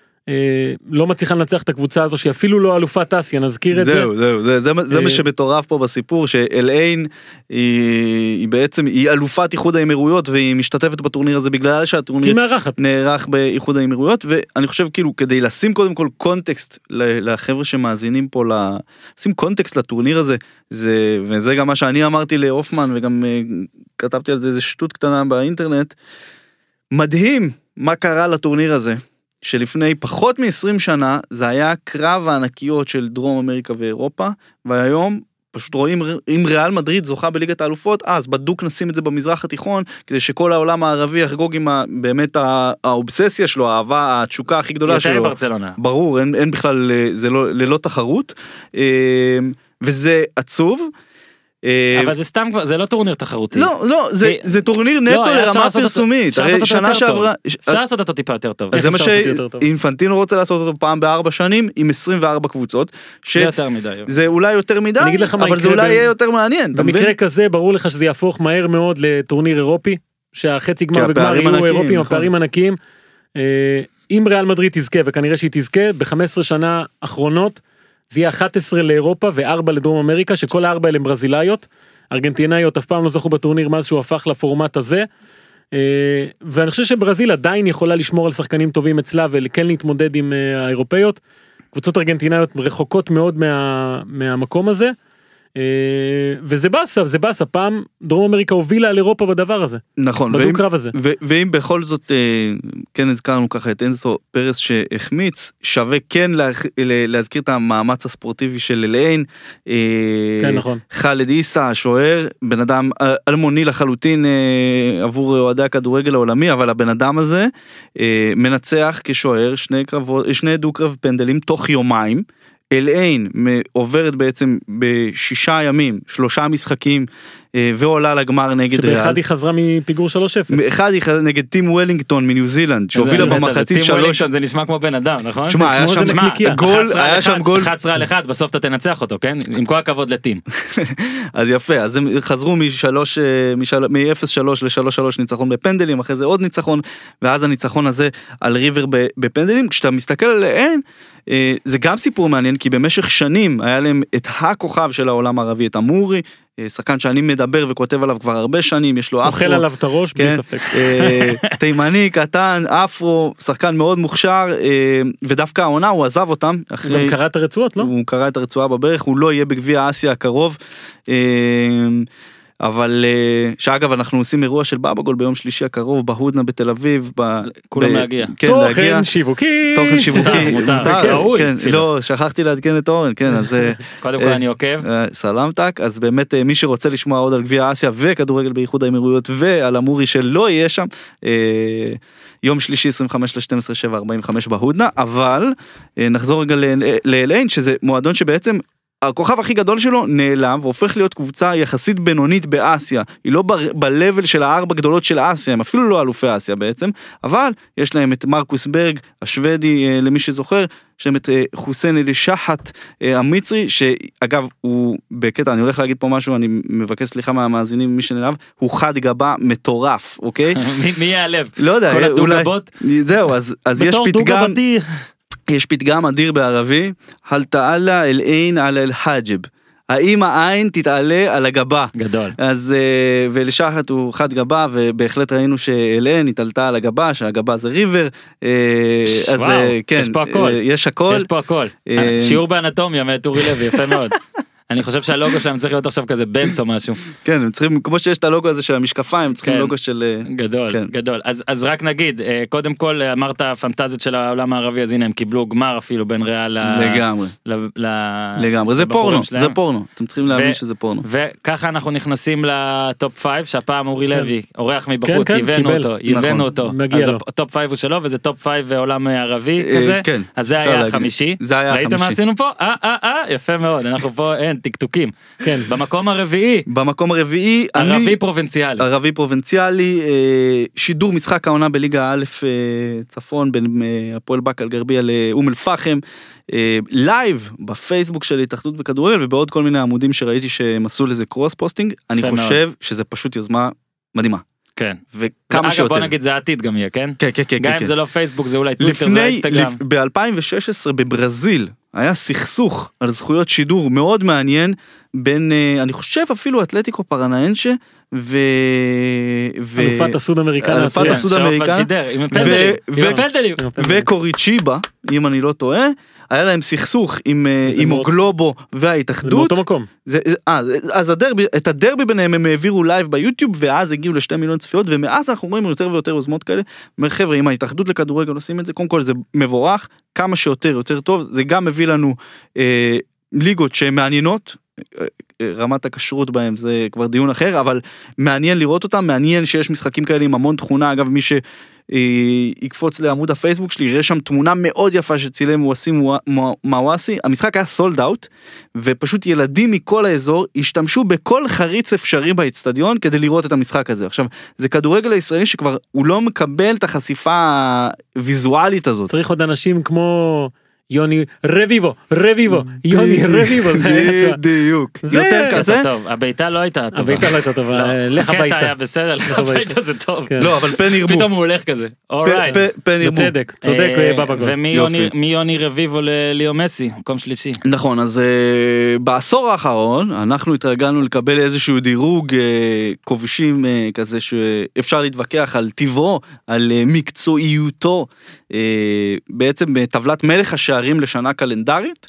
לא מצליחה לנצח את הקבוצה הזו, שהיא אפילו לא אלופת אסיה, נזכיר את זה.
זה מה שמטורף פה בסיפור, שאל-עין היא בעצם, היא אלופת איחוד האמירויות, והיא משתתפת בטורניר הזה, בגלל שהטורניר נערך באיחוד האמירויות, ואני חושב כאילו, כדי לשים קודם כל קונטקסט, לחבר'ה שמאזינים פה, לשים קונטקסט לטורניר הזה, וזה גם מה שאני אמרתי לאופמן, וגם כתבתי על זה איזה שטות קטנה באינטרנט, מדהים מה קרה לטורניר הזה, שלפני פחות מ-20 שנה, זה היה קרב הענקיות של דרום אמריקה ואירופה, והיום פשוט רואים, אם ריאל מדריד זוכה בליגת האלופות, אז בדוק נשים את זה במזרח התיכון, כדי שכל העולם הערבי יחגוג עם באמת האובססיה שלו, האהבה, התשוקה הכי גדולה שלו.
יותר ברצלונה.
ברור, אין בכלל, זה ללא תחרות, וזה עצוב,
אבל זה סתם כבר, זה לא טורניר תחרותי.
לא, זה טורניר נטו לרמה פרסומית.
אפשר לעשות אותו טיפה יותר טוב.
זה מה שאינפנטינו רוצה לעשות אותו פעם ב4 שנים, עם 24 קבוצות.
זה יותר מדי.
זה אולי יותר מדי, אבל זה אולי יהיה יותר מעניין.
במקרה כזה, ברור לך שזה יהפוך מהר מאוד לטורניר אירופי, שהחצי גמר וגמר יהיו אירופים, הפערים ענקיים. אם ריאל מדריד תזכה, וכנראה שהיא תזכה, ב-15 שנה אחרונות, זה יהיה 11 לאירופה ו4 לדרום אמריקה, שכל 4 אלה הם ברזילאיות, ארגנטינאיות אף פעם לא זכו בטורניר מאז שהוא הפך לפורמט הזה, ואני חושב שברזיל עדיין יכולה לשמור על שחקנים טובים אצלה, וכן להתמודד עם האירופאיות, קבוצות ארגנטינאיות רחוקות מאוד מהמקום הזה, וזה באסה, פעם דרום אמריקה הובילה על אירופה בדבר הזה.
נכון.
בדו קרב הזה.
ואם בכל זאת, כן הזכרנו ככה את אנסו פרס שהחמיץ, שווה כן להזכיר את המאמץ הספורטיבי של אליין,
כן, נכון.
חאלד איסה, השוער, בן אדם אלמוני לחלוטין עבור אוהדי הכדורגל העולמי, אבל הבן אדם הזה מנצח כשוער שני דו-קרב פנדלים תוך יומיים, אליין עוברת בעצם ב6 ימים, 3 משחקים, ועולה לגמר נגד ריאל.
שבאחד היא חזרה מפיגור 3-0.
אחד היא נגד טים וולינגטון מניו זילנד, שהובילה במחצית 3.
טים וולינגטון זה נשמע כמו בן אדם, נכון?
תשמע, היה שם גול, היה שם גול.
11-1, בסוף אתה תנצח אותו, כן? עם כל הכבוד לטים.
אז יפה, אז הם חזרו מ-0-3 ל-3-3 ניצחון בפנדלים, אחרי זה עוד ניצחון, ואז הניצחון הזה על ריבר בפנדלים. כשאתה מסתכל עליהן, זה גם סיפור מעניין, כי במשך שנים היה להם את הכוכב של העולם הערבי, את אמורי, שחקן שאני מדבר וכותב עליו כבר הרבה שנים, יש לו אפרו.
אוכל עליו את הראש, בלי ספק.
תימני, קטן, אפרו, שחקן מאוד מוכשר, ודווקא העונה הוא עזב אותם.
הוא גם קרא את הרצועות, לא?
הוא קרא את הרצועה בברך, הוא לא יהיה בגביע אסיה הקרוב. אבל שאגב אנחנו עושים אירוע של בבא-גול ביום שלישי הקרוב בהודנה בתל אביב,
כולם להגיע.
תוכן שיווקי.
תוכן שיווקי.
ראוי.
לא, שכחתי לעדכן את אורן, כן, אז
קודם כל אני עוקב.
סלמתק, אז באמת מי שרוצה לשמוע עוד על גביע אסיה וכדורגל באיחוד האמירויות ועל אמורי שלא יהיה שם, יום שלישי 25/12/7:45 בהודנה, אבל נחזור רגע לאליין, שזה מועדון שבעצם הכוכב הכי גדול שלו נעלם, והופך להיות קבוצה יחסית בינונית באסיה, היא לא בלבל של 4 גדולות של אסיה, הם אפילו לא אלופי אסיה בעצם, אבל יש להם את מרקוס ברג, השוודי, למי שזוכר, יש להם את חוסיין אלישחת המצרי, שאגב, הוא בקטע, אני הולך להגיד פה משהו, אני מבקש סליחה מהמאזינים, מי שנלהב, הוא חד גבה מטורף, אוקיי?
מי יעלב?
לא יודע,
כל הדוגבות?
זהו, אז יש פתגם, יש פתגם אדיר בערבי, הל תעלה אל עין על אל חג'ב, האם העין תתעלה על הגבה.
גדול.
אז ולשחת הוא חד גבה, ובהחלט ראינו שאליין התעלתה על הגבה, שהגבה זה ריבר. אז כן,
יש פה הכל.
יש הכל.
יש פה הכל. שיעור באנטומיה מאטורי לוי, יפה מאוד. אני חושב שהלוגו שלהם צריך להיות עכשיו כזה בנץ או משהו.
כן, הם צריכים, כמו שיש את הלוגו הזה של המשקפיים, הם צריכים לוגו של...
גדול, גדול. אז רק נגיד, קודם כל אמרת פנטזיות של העולם הערבי, אז הנה הם קיבלו גמר אפילו בין ריאל
לגמרי. לגמרי, זה פורנו, זה פורנו. אתם צריכים להבין שזה פורנו.
וככה אנחנו נכנסים לטופ 5, שהפעם אורי לוי, אורח מבחוץ, הבאנו אותו. אז הטופ 5 הוא שלו, וזה טופ 5 עולם ערבי כזה. אז זה היה החמישי. ראיתם מה עשינו פה? יפה מאוד. אנחנו פה, אין, טקטוקים.
כן.
במקום הרביעי.
ערבי פרובינציאלי, שידור משחק העונה בליגה א' צפון, בין הפועל באקה אל-גרבייה לאום אל-פחם, לייב בפייסבוק של התאחדות בכדורגל, ובעוד כל מיני עמודים שראיתי שהם עשו לזה קרוס פוסטינג, אני חושב שזה פשוט יוזמה מדהימה.
כן.
וכמה שיותר.
בוא נגיד זה העתיד גם יהיה, כן?
כן, כן, כן.
גם אם זה לא פייסבוק, זה אולי טוויטר, זה אינסטגרם.
ב-2016 בברזיל היה סכסוך על זכויות שידור מאוד מעניין, בין, אני חושב אפילו אתלטיקו פרנאנשה,
אלופת הסוד אמריקנה.
אלופת הסוד אמריקנה. וקוריצ'יבה, אם אני לא טועה, היה להם סכסוך עם אוגלובו וההתאחדות.
באותו מקום.
אז את הדרבי ביניהם הם העבירו לייב ביוטיוב, ואז הגיעו ל2 מיליון צפיות, ומאז אנחנו רואים יותר ויותר יוזמות כאלה. אומר חבר'ה, אם ההתאחדות לכדורגל עושים את זה, קודם כל זה מבורך, כמה שיותר יותר טוב, זה גם מביא לנו ליגות שהן מעניינות, רמת הכשרות בהם זה כבר דיון אחר, אבל מעניין לראות אותם, מעניין שיש משחקים כאלה עם המון תכונה, אגב מי שיקפוץ לעמוד הפייסבוק שלי, יראה שם תמונה מאוד יפה שצילם וואסים מוואסי, המשחק היה סולד אאוט, ופשוט ילדים מכל האזור השתמשו בכל חריץ אפשרי באצטדיון כדי לראות את המשחק הזה. עכשיו, זה כדורגל הישראלי שכבר הוא לא מקבל את החשיפה הוויזואלית הזאת.
צריך עוד אנשים כמו יוני רביבו, יוני רביבו, זה היה תשמע.
בדיוק.
זה-
יותר כזה?
טוב, הביתה לא הייתה טובה.
הביתה לא הייתה טובה, לך
הקטע
הביתה.
היה בסדר, לך הביתה זה טוב.
כן.
לא, אבל פן ירבו.
פתאום הוא הולך כזה. אורייט.
פן ירבו.
בצדק, צודק בבא גול.
ומיוני רביבו לליאו מסי, מקום שלישי.
נכון, אז בעשור האחרון אנחנו התרגלנו לקבל איזשהו דירוג כובשים כזה שאפשר להתווכח על טבעו, על מקצועיותו, בעצם בטבלת מלך השערים לשנה קלנדרית,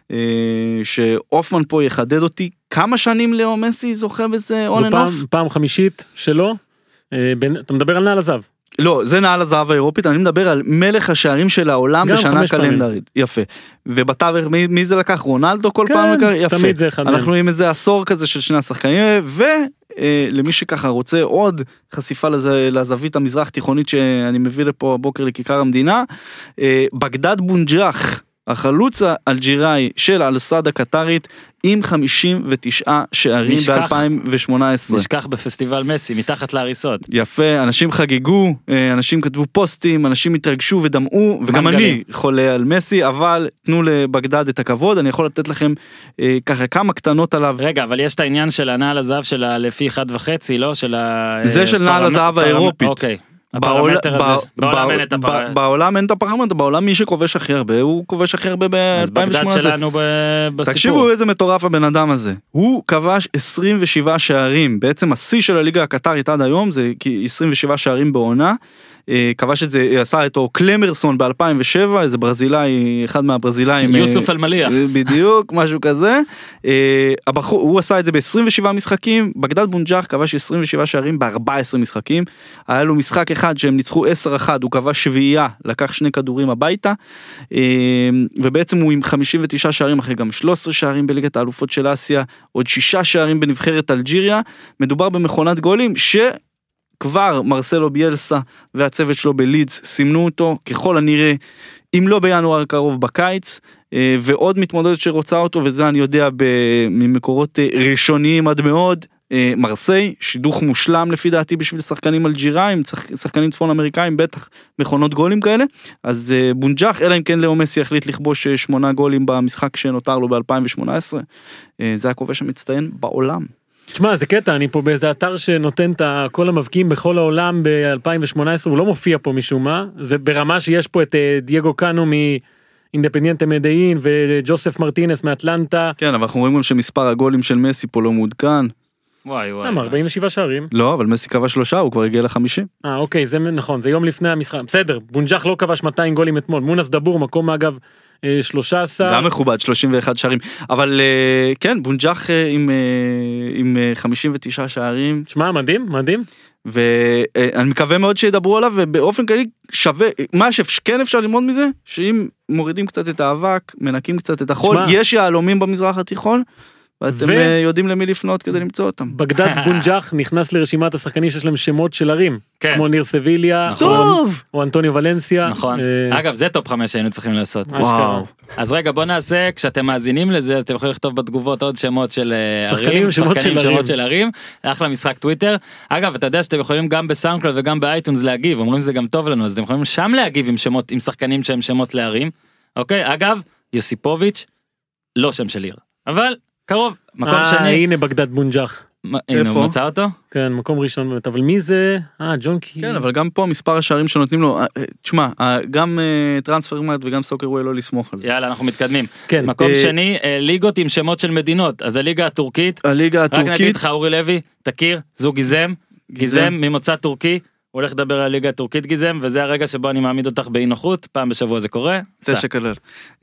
שאופמן פה יחדד אותי, כמה שנים לאו מסי זוכה בזה on
זו
and off?
פעם חמישית שלו, אתה מדבר על נעל הזהב.
לא, זה נעל הזהב האירופית, אני מדבר על מלך השערים של העולם
גם
בשנה
5 פעמים.
קלנדרית. יפה. ובתווך, מי זה לקח? רונלדו כל
כן,
פעם? יפה.
תמיד זה אחד מהם.
אנחנו עם איזה עשור כזה של שני השחקנים, ולמי שככה רוצה עוד חשיפה לזווית המזרח תיכונית שאני מביא לפה הבוקר לכיכר המדינה, בגדד בונג'ח, החלוץ האלג'יראי של אל-סד הקטרית, עם 59 שערים ב-2018.
נשכח בפסטיבל מסי, מתחת להריסות.
יפה, אנשים חגגו, אנשים כתבו פוסטים, אנשים התרגשו ודמעו, וגם אני חולה על מסי, אבל תנו לבגדד את הכבוד, אני יכול לתת לכם ככה כמה קטנות עליו.
רגע, אבל יש את העניין של הנעל הזהב של לפי 1.5, לא?
זה של נעל הזהב האירופית.
אוקיי. הפרמטר הזה, בעולם אין את הפרמטר.
בעולם אין את הפרמטר, בעולם מי שכובש הכי הרבה, הוא כובש הכי הרבה ב-2018.
אז בגדד שלנו בסיפור.
תקשיבו איזה מטורף הבן אדם הזה. הוא כבש 27 שערים, בעצם השיא של הליגה הקטרית עד היום, זה 27 שערים בעונה. כבש את זה, עשה איתו קלמרסון ב-2007, איזה ברזילאי, אחד מהברזילאים.
יוסוף אלמליח.
בדיוק, משהו כזה. הוא עשה את זה ב-27 משחקים, בגדד בונג'ח כבש 27 שערים ב-14 משחקים. היה לו משחק אחד שהם ניצחו 10-1, הוא כבש שביעייה, לקח 2 כדורים הביתה, ובעצם הוא עם 59 שערים, אחרי גם 13 שערים בליגת האלופות של אסיה, עוד 6 שערים בנבחרת אלג'יריה. מדובר במכונת גולים כבר מרסלו ביאלסה והצוות שלו בלידס סימנו אותו ככל הנראה, אם לא בינואר הקרוב בקיץ, ועוד מתמודדת שרוצה אותו, וזה אני יודע ממקורות ראשוניים עד מאוד, מרסיי, שידוך מושלם לפי דעתי בשביל שחקנים אלג'יראים, שחקנים צפון אמריקאים, בטח מכונות גולים כאלה. אז בונג'ח, אלא אם כן לאו מסי החליט לכבוש 8 גולים במשחק שנותר לו ב-2018, זה הכובש המצטיין בעולם.
תשמע, זה קטע, אני פה באיזה אתר שנותן את כל המבקיעים בכל העולם ב-2018, הוא לא מופיע פה משום מה, זה ברמה שיש פה את דייגו קאנו מאינדפנדיאנטה מדעין, וג'וסף מרטינס מאטלנטה.
כן, אבל אנחנו רואים גם שמספר הגולים של מסי פה לא מעודכן.
וואי וואי.
למה, 47 שערים?
לא, אבל מסי כבש 3, הוא כבר הגיע ל-50.
אוקיי, זה נכון, זה יום לפני המשחק. בסדר, בונג'ח לא כבש 200 גולים אתמול, מונס דבור, מקום אגב 13.
גם מכובד, 31 שערים. אבל כן, בונג'ח עם 59 שערים.
תשמע, מדהים, מדהים.
ואני מקווה מאוד שידברו עליו, ובאופן כללי שווה, מה שכן אפשר ללמוד מזה, שאם מורידים קצת את האבק, מנקים קצת את החול, יש יהלומים במזרח התיכון, ואתם יודעים למי לפנות כדי למצוא אותם.
בגדד בונג'ח נכנס לרשימת השחקנים שיש להם שמות של ערים, כמו ניר סביליה, או אנטוניו ולנסיה.
נכון. אגב, זה טופ 5 שהיינו צריכים לעשות.
וואו.
אז רגע, בוא נעשה, כשאתם מאזינים לזה, אז אתם יכולים לכתוב בתגובות עוד שמות של ערים,
שחקנים,
שמות של ערים, אחלה משחק טוויטר. אגב, אתה יודע שאתם יכולים גם בסאונדקלאוד וגם באייטונס להגיב, אומרים שזה גם טוב לנו, אז אתם יכולים שם להגיב עם שמות, עם שחקנים שהם שמות לערים. אוקיי? אגב, יוסיפוביץ' לא שם של עיר. אבל קרוב, מקום שני.
הנה בגדד בונג'ח.
הנה, הוא מצא אותו?
כן, מקום ראשון באמת, אבל מי זה? ג'ון קי.
כן, אבל גם פה מספר השערים שנותנים לו, תשמע, גם טרנספרמט וגם סוקרווי לא לסמוך על זה.
יאללה, אנחנו מתקדמים.
כן.
מקום שני, ליגות עם שמות של מדינות, אז הליגה הטורקית, רק נגיד לך אורי לוי, תכיר, זו גיזם ממוצא טורקי, הוא הולך לדבר על הליגה הטורקית גיזם, וזה הרגע שבו אני מעמיד אותך באי נוחות, פעם בשבוע זה קורה.
תשע כלל.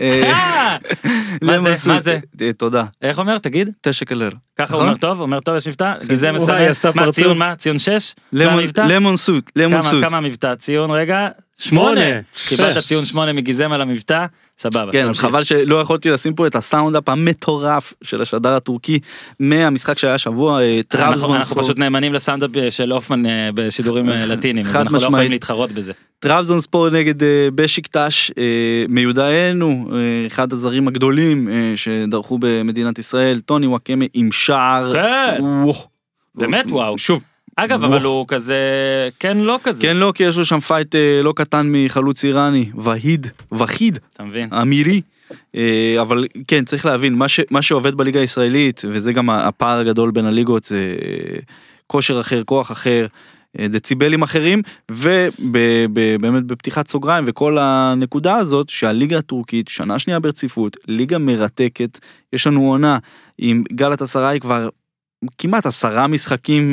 מה זה?
תודה.
איך אומר? תגיד.
תשע כלל.
ככה הוא אומר טוב, יש מבטא? גיזם מסיים. מה ציון? מה? ציון 6?
למון סוט.
כמה מבטא? ציון רגע? 8. קיבלת ציון 8 מגיזם על המבטא, סבבה.
כן, אז חבל שלא יכולתי לשים פה את הסאונדאפ המטורף של השדר הטורקי מהמשחק שהיה שבוע טרבזון.
אנחנו פשוט נאמנים לסאונדאפ של אופמן בשידורים לטינים, אז אנחנו לא יכולים להתחרות בזה.
טרבזון ספור נגד בשיקטש, מיודענו, אחד הזרים הגדולים שדרכו במדינת ישראל, טוני וואקמה עם שער.
כן. באמת וואו.
שוב.
אגב, אבל הוא כזה, כן לא כזה.
כן לא, כי יש לו שם פייט לא קטן מחלוץ איראני, וחיד,
אתה מבין?
אמירי. אבל כן, צריך להבין, מה שעובד בליגה הישראלית, וזה גם הפער הגדול בין הליגות, זה כושר אחר, כוח אחר, דציבלים אחרים, ובאמת בפתיחת סוגריים, וכל הנקודה הזאת, שהליגה הטורקית, שנה שנייה ברציפות, ליגה מרתקת, יש לנו עונה עם גלאטסראי כבר כמעט 10 משחקים,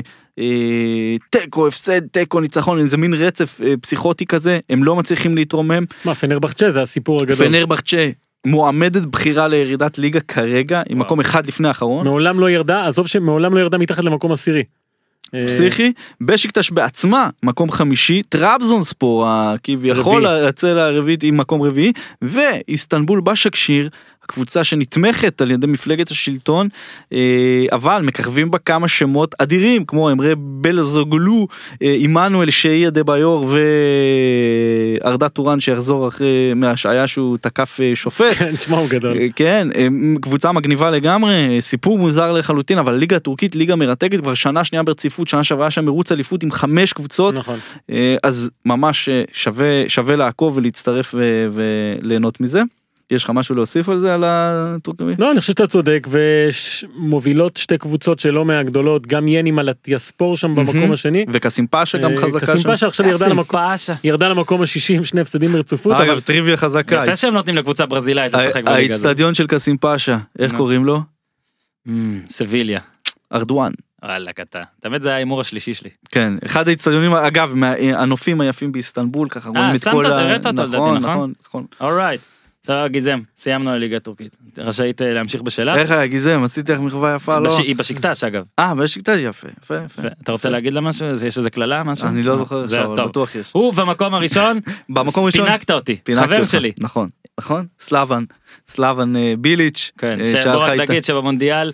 תיקו, הפסד, תיקו, ניצחון, איזה מין רצף פסיכוטי כזה, הם לא מצליחים להתרומם.
מה, פנרבחצ'ה זה הסיפור הגדול.
פנרבחצ'ה מועמדת בחירה לירידת ליגה כרגע, עם מקום אחד לפני האחרון.
מעולם לא ירדה, עזוב שמעולם לא ירדה מתחת למקום עשירי.
פסיכי, בשיקטש בעצמה, מקום חמישי, טראבזונספור, כביכול הצל הרביעית עם מקום רביעי, ואיסטנבול בשקשיר, הקבוצה שנתמכת על ידי מפלגת השלטון, אבל מככבים בה כמה שמות אדירים, כמו אמרי בלזוגלו, עמנואל שאי אדבאיור וארדה טורן שיחזור אחרי מהשעיה שהוא תקף שופט.
כן, שמה הוא גדול.
כן, קבוצה מגניבה לגמרי, סיפור מוזר לחלוטין, אבל ליגה הטורקית, ליגה מרתקת, כבר שנה שנייה ברציפות, שנה שעברה שם מרוץ אליפות עם 5 קבוצות,
נכון.
אז ממש שווה לעקוב ולהצטרף וליהנות מזה. יש לך משהו להוסיף על זה, על הטורקמי?
לא, אני חושב שאתה צודק, ומובילות שתי קבוצות שלא מהגדולות, גם ינים על הטיאספור שם במקום השני.
וקסים פאשה גם חזקה שם.
קסים פאשה עכשיו ירדה למקום ה-60, 2 הפסדים ברצופות.
אגב, טריוויה חזקה.
יפה שהם נותנים לקבוצה ברזילאית לשחק בליגה הזאת.
האצטדיון של קסים פאשה, איך קוראים לו?
סביליה.
ארדואן.
וואלה, קטע. תמיד זה ההימור השלישי שלי.
כן, אחד האצטדיונים, אגב, הנופים היפים באיסטנבול, ככה רואים את כל
הראית אותו, לדעתי,
נכון.
אורייט. סבבה, גיזם, סיימנו הליגה הטורקית. רשאית להמשיך בשאלה?
איך היה גיזם? עשיתי לך מחווה יפה, לא?
היא בשקטש, אגב.
בשקטש, יפה.
אתה רוצה להגיד לה משהו? יש איזה כללה, משהו?
אני לא זוכר עכשיו, אבל בטוח יש.
הוא במקום הראשון, פינקת אותי, חבר שלי.
נכון, סלאבן ביליץ'.
כן, שבוא רק תגיד שבמונדיאל,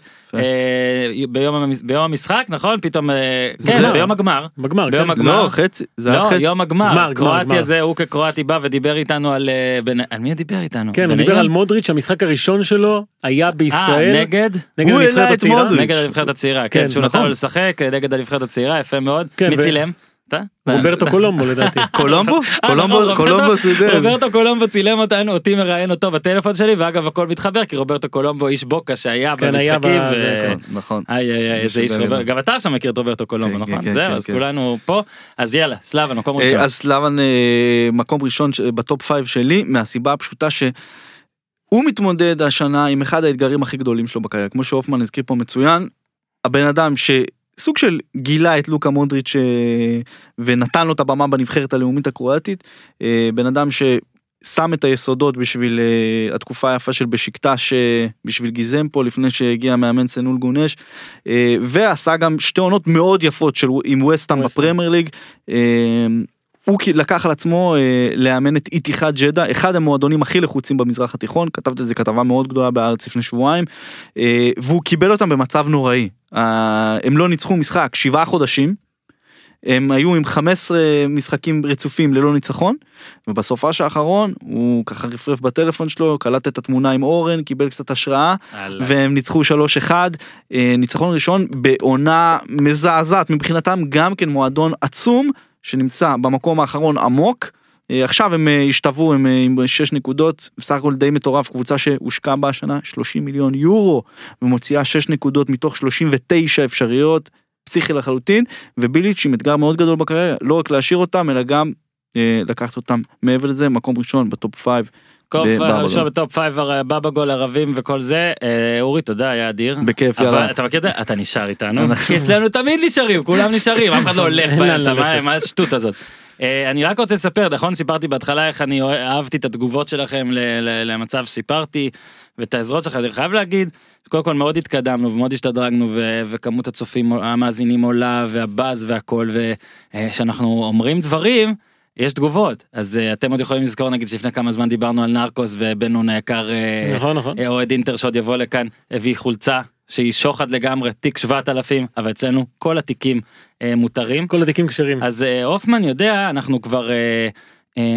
ביום המשחק, נכון? פתאום, כן, ביום הגמר.
לא, חצי, זה היה חצי.
לא, יום הגמר, קרואטיה זה, הוא כקרואטי בא ודיבר איתנו על מי דיבר איתנו?
כן, הוא דיבר על מודריץ', המשחק הראשון שלו היה בישראל.
נגד?
הוא העלה את מודריץ'.
נגד הנבחרת הצעירה, כן, שהוא נתן לו לשחק נגד הנבחרת הצעירה, יפה מאוד. מי צילם?
רוברטו קולומבו לדעתי.
קולומבו סידר.
רוברטו קולומבו צילם אותי מראיין אותו בטלפון שלי, ואגב הכל מתחבר כי רוברטו קולומבו איש בוקה שהיה במשחקים.
נכון.
איזה איש רוברטו, גם אתה עכשיו מכיר את רוברטו קולומבו, נכון? זהו, אז כולנו פה, אז יאללה, סלאבן, מקום ראשון.
אז סלאבן מקום ראשון בטופ 5 שלי, מהסיבה הפשוטה שהוא מתמודד השנה עם אחד האתגרים הכי גדולים שלו בקריירה, כמו שאופמן הזכיר פה מצוין, הבן אדם סוג של גילה את לוקה מודריץ' ונתן לו את הבמה בנבחרת הלאומית הקרואטית, בן אדם ששם את היסודות בשביל התקופה היפה של בשקטש, בשביל גיזם פה לפני שהגיע מאמן סנול גונש, ועשה גם 2 עונות מאוד יפות עם ווסטהאם בפרמייר ליג, הוא לקח על עצמו לאמן את איתיחאד ג'דה, אחד המועדונים הכי לחוצים במזרח התיכון, כתבתי את זה כתבה מאוד גדולה בארץ לפני שבועיים, והוא קיבל אותם במצב נוראי, הם לא ניצחו משחק 7 חודשים, הם היו עם 15 משחקים רצופים ללא ניצחון, ובסופה האחרון הוא ככה רפרף בטלפון שלו, קלט את התמונה עם אורן, קיבל קצת השראה, והם ניצחו 3-1, ניצחון ראשון בעונה מזעזעת, מבחינתם גם כן מועדון עצום, שנמצא במקום האחרון עמוק, עכשיו הם השתוו עם 6 נקודות, בסך הכל די מטורף, קבוצה שהושקע בה השנה 30 מיליון יורו, ומוציאה 6 נקודות מתוך 39 אפשריות, פסיכי לחלוטין, וביליץ' עם אתגר מאוד גדול בקריירה, לא רק להשאיר אותם, אלא גם לקחת אותם מעבר לזה, מקום ראשון בטופ 5.
עכשיו בטופ 5 בבא גול ערבים וכל זה, אורי תודה היה אדיר.
בכיף יאללה.
אתה מכיר את זה? אתה נשאר איתנו. כי אצלנו תמיד נשארים, כולם נשארים, אף אחד לא הולך באמצע, מה השטות הזאת. אני רק רוצה לספר, נכון, סיפרתי בהתחלה איך אני אהבתי את התגובות שלכם למצב סיפרתי, ואת העזרות שלכם, אני חייב להגיד, קודם כל מאוד התקדמנו ומאוד השתדרגנו, וכמות הצופים המאזינים עולה, והבאז והכל, ושאנחנו אומרים דברים, יש תגובות, אז אתם עוד יכולים לזכור, נגיד שלפני כמה זמן דיברנו על נרקוס, ובנון היקר, אוהד אינטר שעוד יבוא לכאן, הביא חולצה, שהיא שוחד לגמרי, תיק 7,000, אבל אצלנו כל התיקים מותרים.
כל התיקים כשרים.
אז אופמן יודע, אנחנו כבר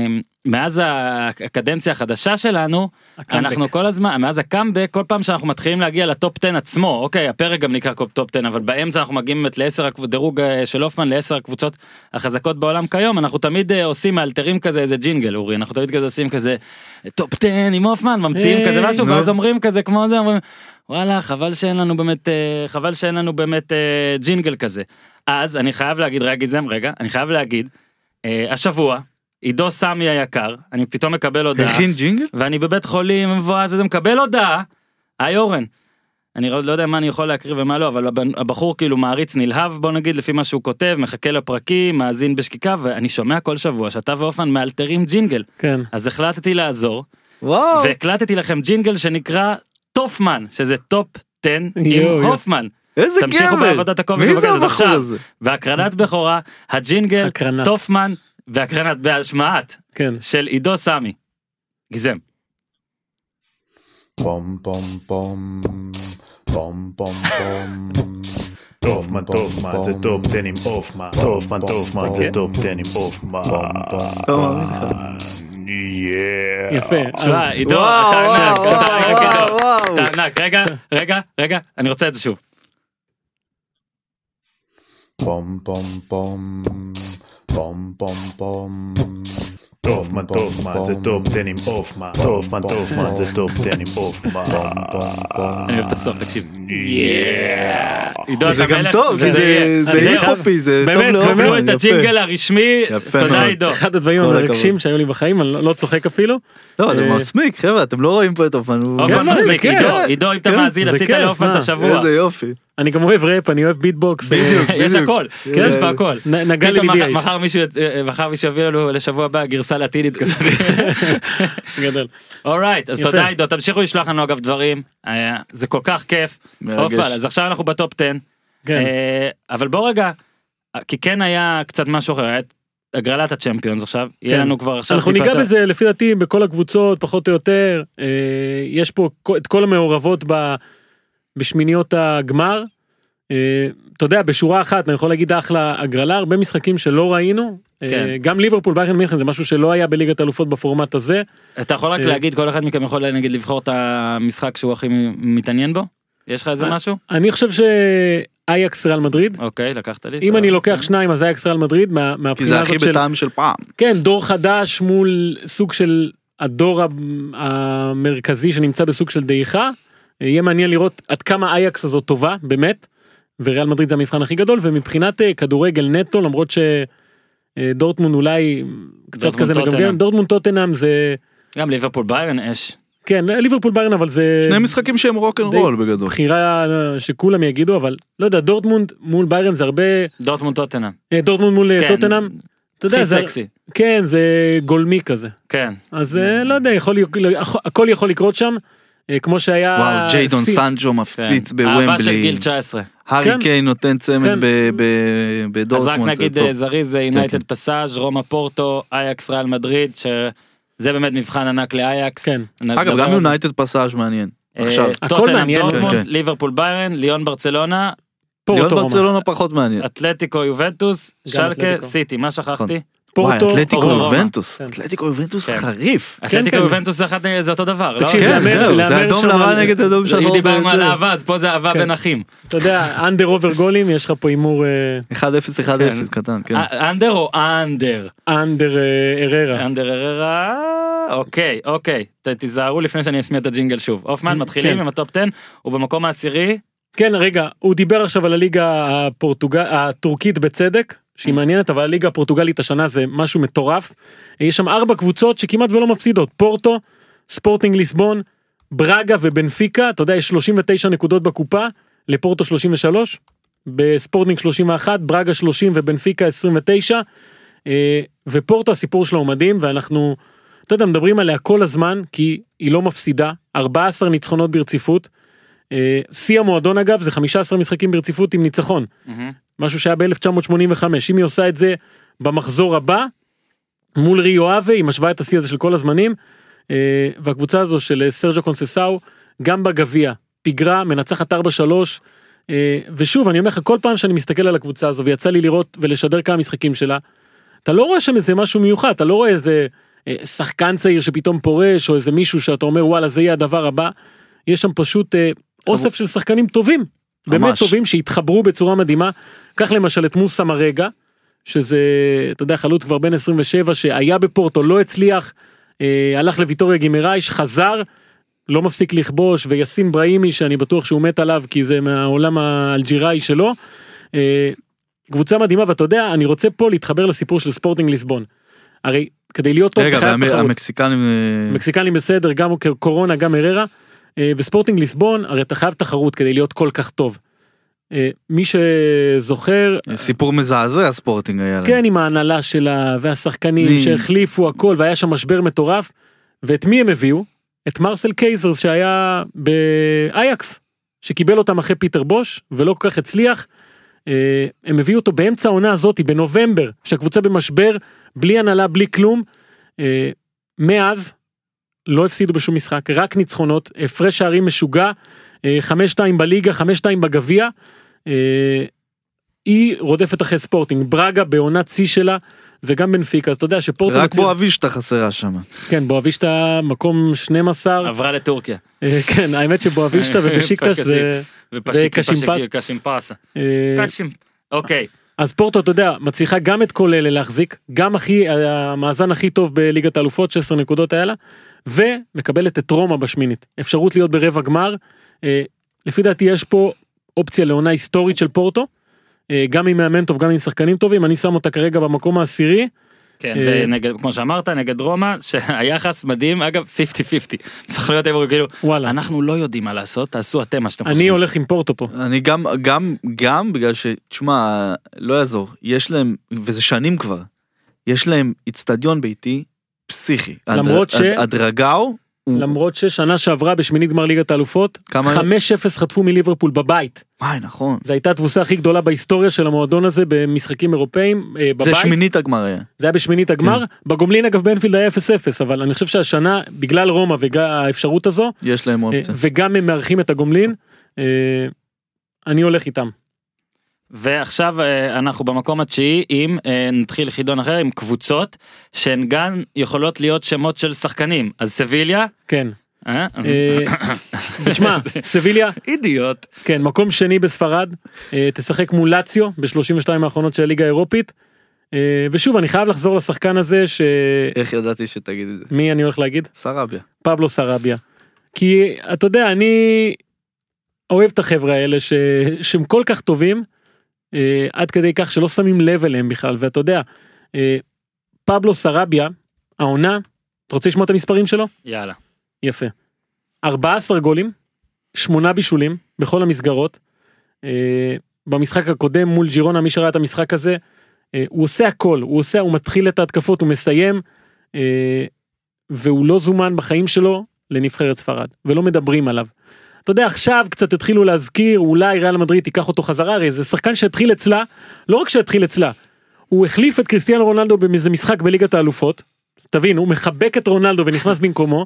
מאז הקדנציה החדשה שלנו, אנחנו כל הזמן, מאז הקאמבק, כל פעם שאנחנו מתחילים להגיע לטופ 10 עצמו, אוקיי, הפרק גם נקרא טופ 10, אבל באמצע אנחנו מגיעים דירוג של אופמן ל10 הקבוצות החזקות בעולם כיום, אנחנו תמיד עושים מאלתרים כזה, איזה ג'ינגל, אורי, אנחנו תמיד כזה עושים כזה, טופ 10 עם אופמן, ממציאים כזה משהו, ואז אומרים כזה כמו זה, אומרים, וואלה, חבל שאין לנו באמת ג'ינגל כזה. אז אני חייב להגיד, אני חייב להגיד, השבוע, עידו סמי היקר, אני פתאום מקבל הודעה,
הכין ג'ינגל?
ואני בבית חולים מבואז, אז אני מקבל הודעה, היי אורן, אני לא יודע מה אני יכול להקריא ומה לא, אבל הבחור כאילו מעריץ נלהב, בוא נגיד, לפי מה שהוא כותב, מחכה לפרקים, מאזין בשקיקה, ואני שומע כל שבוע שאתה ואופן מאלתרים ג'ינגל,
כן.
אז החלטתי לעזור,
וואו.
והקלטתי לכם ג'ינגל שנקרא טופמן, שזה טופ 10 עם הופמן.
איזה גבר.
תמשיכו בעבודת הקובץ.
מי זה הבחור הזה?
והקרנת בכורה, הג'ינגל, טופמן, והקרנת בהשמעת של עידו סמי. גיזם.
פום פום פום פום פום פום טופמן טופמן זה טופ 10 עם אופמן טופמן טופמן זה טופ 10 עם אופמן
יפה.
עידו, אתה ענק, רגע, אני רוצה את זה שוב.
פום פום פום פום פום פום טופמן טופמן זה טופ 10 עם אופמן טופמן טופמן זה טופ 10 עם אופמן
אני אוהב את הסוף, תקשיב. עידו,
זה גם טוב, כי זה היפופי, זה טוב לאופן.
קבלו את הג'ינגל הרשמי, תודה עידו.
אחד הדברים המרגשים שהיו לי בחיים, אני לא צוחק אפילו.
לא, זה מסמיק, חבר'ה, אתם לא רואים פה את אופן.
אופן מסמיק, עידו, אם אתה מאזין, עשית לאופן את השבוע.
איזה יופי.
אני גם אוהב ראפ, אני אוהב ביטבוקס.
יש הכל, יש פה הכל.
נגע לליבי האיש.
מחר מישהו יביא לנו לשבוע הבא גרסה לטינית כזאת.
גדול.
אורייט, אז תודה עידו, תמשיכו לשלוח לנו אגב דברים, זה כל כך כיף. אופל, אז עכשיו אנחנו בטופ 10, אבל בוא רגע, כי כן היה קצת משהו אחר, הגרלת הצ'מפיונס עכשיו, יהיה לנו כבר עכשיו
אנחנו ניגע בזה לפי דעתי בכל הקבוצות, פחות או יותר, יש פה את כל המעורבות בשמיניות הגמר, אתה יודע, בשורה אחת, אני יכול להגיד אחלה הגרלה, הרבה משחקים שלא ראינו, גם ליברפול ביירן מינכן זה משהו שלא היה בליגת האלופות בפורמט הזה.
אתה יכול רק להגיד, כל אחד מכם יכול נגיד לבחור את המשחק שהוא הכי מתעניין בו? יש לך איזה משהו?
אני חושב שאייקס ריאל מדריד.
אוקיי, לקחת לי.
אם אני לוקח שניים, אז אייקס ריאל מדריד,
כי זה הכי בטעם של פעם.
כן, דור חדש מול סוג של הדור המרכזי שנמצא בסוג של דעיכה. יהיה מעניין לראות עד כמה אייקס הזאת טובה, באמת. וריאל מדריד זה המבחן הכי גדול, ומבחינת כדורגל נטו, למרות שדורטמונד אולי קצת כזה מגמגם, דורטמונד טוטנהאם זה...
גם ליברפול ביירן אש.
כן, ליברפול ביירן, אבל זה...
שני משחקים שהם רוק'נ'רול בגדול.
בחירה שכולם יגידו, אבל לא יודע, דורטמונד מול ביירן זה הרבה...
דורטמונד טוטנהאם.
דורטמונד מול טוטנהאם.
הכי סקסי.
כן, זה גולמי כזה.
כן.
אז לא יודע, הכל יכול לקרות שם. כמו שהיה...
וואו, ג'יידון סנג'ו מפציץ בוומבלי.
אהבה של גיל 19.
הארי קיין נותן צמד בדורטמונד.
אז רק נגיד זריז זה יונייטד פסאז', רומא פורטו, אייקס ריאל מדריד, שזה באמת מבחן ענק לאייקס.
אגב, גם יונייטד פסאז' מעניין. עכשיו.
טוטנהאם דורטמונד, ליברפול ביירן, ליון ברצלונה.
ליון ברצלונה פחות מעניין.
אתלטיקו יובנטוס, שלקה, סיטי, מה שכחתי?
וואי, אתלטיקו יובנטוס חריף.
אתלטיקו יובנטוס זה אותו דבר, לא?
כן, זהו, זה אדום לבן נגד אדום שחור.
אם דיברנו על אהבה, אז פה זה אהבה בין אחים.
אתה יודע, אנדר אובר גולים, יש לך פה אימור...
1-0, קטן, כן.
אנדר או אנדר?
אנדר אררה.
אנדר אררה, אוקיי. תיזהרו לפני שאני אסמיע את הג'ינגל שוב. אופמן, מתחילים עם הטופ 10, ובמקום העשירי...
כן, רגע, הוא דיבר עכשיו על הליגה הטורקית בצדק, שהיא מעניינת, אבל הליגה הפורטוגלית השנה זה משהו מטורף. יש שם 4 קבוצות שכמעט ולא מפסידות, פורטו, ספורטינג ליסבון, ברגה ובנפיקה, אתה יודע, יש 39 נקודות בקופה, לפורטו 33, בספורטינג 31, ברגה 30 ובנפיקה 29, ופורטו הסיפור שלה הוא מדהים, ואנחנו, אתה יודע, מדברים עליה כל הזמן, כי היא לא מפסידה, 14 ניצחונות ברציפות, שיא המועדון אגב זה 15 משחקים ברציפות עם ניצחון, משהו שהיה ב-1985, אם היא עושה את זה במחזור הבא, מול ריו אבה, היא משווה את השיא הזה של כל הזמנים, והקבוצה הזו של סרג'ו קונססאו, גם בגביע, פיגרה, מנצחת 4-3, ושוב אני אומר לך, כל פעם שאני מסתכל על הקבוצה הזו, ויצא לי לראות ולשדר כמה משחקים שלה, אתה לא רואה שם איזה משהו מיוחד, אתה לא רואה שחקן צעיר שפתאום פורש, או איזה מישהו שאתה אומר, וואלה, זה יהיה הדבר הבא. יש שם פשוט אוסף של שחקנים טובים, באמת טובים, שהתחברו בצורה מדהימה. כך למשל את מוסה מרגע, שזה, אתה יודע, חלוץ כבר בן 27, שהיה בפורטו, לא הצליח, הלך לויטוריה גימרייש, חזר, לא מפסיק לכבוש, ויסין בראימי, שאני בטוח שהוא מת עליו, כי זה מהעולם האלג'יראי שלו. קבוצה מדהימה, ואתה יודע, אני רוצה פה להתחבר לסיפור של ספורטינג ליסבון. הרי כדי להיות טוב,
רגע, המקסיקנים
בסדר, גם קורונה, גם הררה, וספורטינג ליסבון, הרי אתה חייב תחרות כדי להיות כל כך טוב. מי שזוכר...
סיפור מזעזע ספורטינג היה להם.
כן, עם ההנהלה שלה, והשחקנים שהחליפו הכל, והיה שם משבר מטורף, ואת מי הם הביאו? את מרסל קייזרס שהיה באייקס, שקיבל אותם אחרי פיטר בוש, ולא כל כך הצליח. הם הביאו אותו באמצע העונה הזאת, בנובמבר, שהקבוצה במשבר, בלי הנהלה, בלי כלום. מאז, לא הפסידו בשום משחק, רק ניצחונות, הפרש שערים משוגע, 5-2 בליגה, 5-2 בגביע, היא רודפת אחרי ספורטינג, ברגה בעונת צי שלה, וגם בנפיקה, אז אתה יודע שפורטו...
רק בואבישטה חסרה שם.
כן, בואבישטה מקום 12.
עברה לטורקיה.
כן, האמת שבואבישטה ובשיקטש זה...
וקשימפסה. אוקיי.
אז פורטו, אתה יודע, מצליחה גם את כל אלה להחזיק, גם המאזן הכי טוב בליגת האלופות, 16 נקודות היה לה, ומקבלת את רומא בשמינית. אפשרות להיות ברבע גמר. לפי דעתי יש פה אופציה לעונה היסטורית של פורטו, גם עם מאמן טוב, גם עם שחקנים טובים, אני שם אותה כרגע במקום העשירי.
כן, וכמו שאמרת, נגד רומא, שהיחס מדהים, אגב, 50-50. זכויות הם כאילו, אנחנו לא יודעים מה לעשות, תעשו אתם מה שאתם חושבים.
אני הולך עם פורטו פה.
אני גם בגלל תשמע, לא יעזור, יש להם, וזה שנים כבר, יש להם אצטדיון ביתי פסיכי. הדרגאו,
למרות ששנה שעברה בשמינית גמר ליגת האלופות, 5-0 חטפו מליברפול בבית.
נכון.
זו הייתה התבוסה הכי גדולה בהיסטוריה של המועדון הזה במשחקים אירופאים בבית.
זה שמינית הגמר היה.
זה היה בשמינית הגמר, בגומלין אגב באנפילד היה 0-0, אבל אני חושב שהשנה, בגלל רומא והאפשרות הזו,
יש להם אופציה.
וגם הם מארחים את הגומלין, אני הולך איתם.
ועכשיו אנחנו במקום התשיעי, אם נתחיל חידון אחר, עם קבוצות, שהן גם יכולות להיות שמות של שחקנים. אז סביליה?
כן. תשמע, סביליה,
אידיוט.
כן, מקום שני בספרד, תשחק מול לאציו, ב-32 האחרונות של הליגה האירופית, ושוב, אני חייב לחזור לשחקן הזה,
איך ידעתי שתגיד את זה?
מי אני הולך להגיד?
סרביה.
פבלו סרביה. כי, אתה יודע, אני אוהב את החבר'ה האלה, שהם כל כך טובים, עד כדי כך שלא שמים לב אליהם בכלל, ואתה יודע, פבלו סרביה, העונה, אתה רוצה לשמוע את המספרים שלו?
יאללה.
יפה. 14 גולים, 8 בישולים, בכל המסגרות, במשחק הקודם מול ג'ירונה, מי שראה את המשחק הזה, הוא עושה הכל, הוא מתחיל את ההתקפות, הוא מסיים, והוא לא זומן בחיים שלו לנבחרת ספרד, ולא מדברים עליו. אתה יודע, עכשיו קצת התחילו להזכיר, אולי ריאל מדריד תיקח אותו חזרה, הרי זה שחקן שהתחיל אצלה, לא רק שהתחיל אצלה, הוא החליף את קריסטיאנו רונלדו באיזה משחק בליגת האלופות, תבין, הוא מחבק את רונלדו ונכנס במקומו,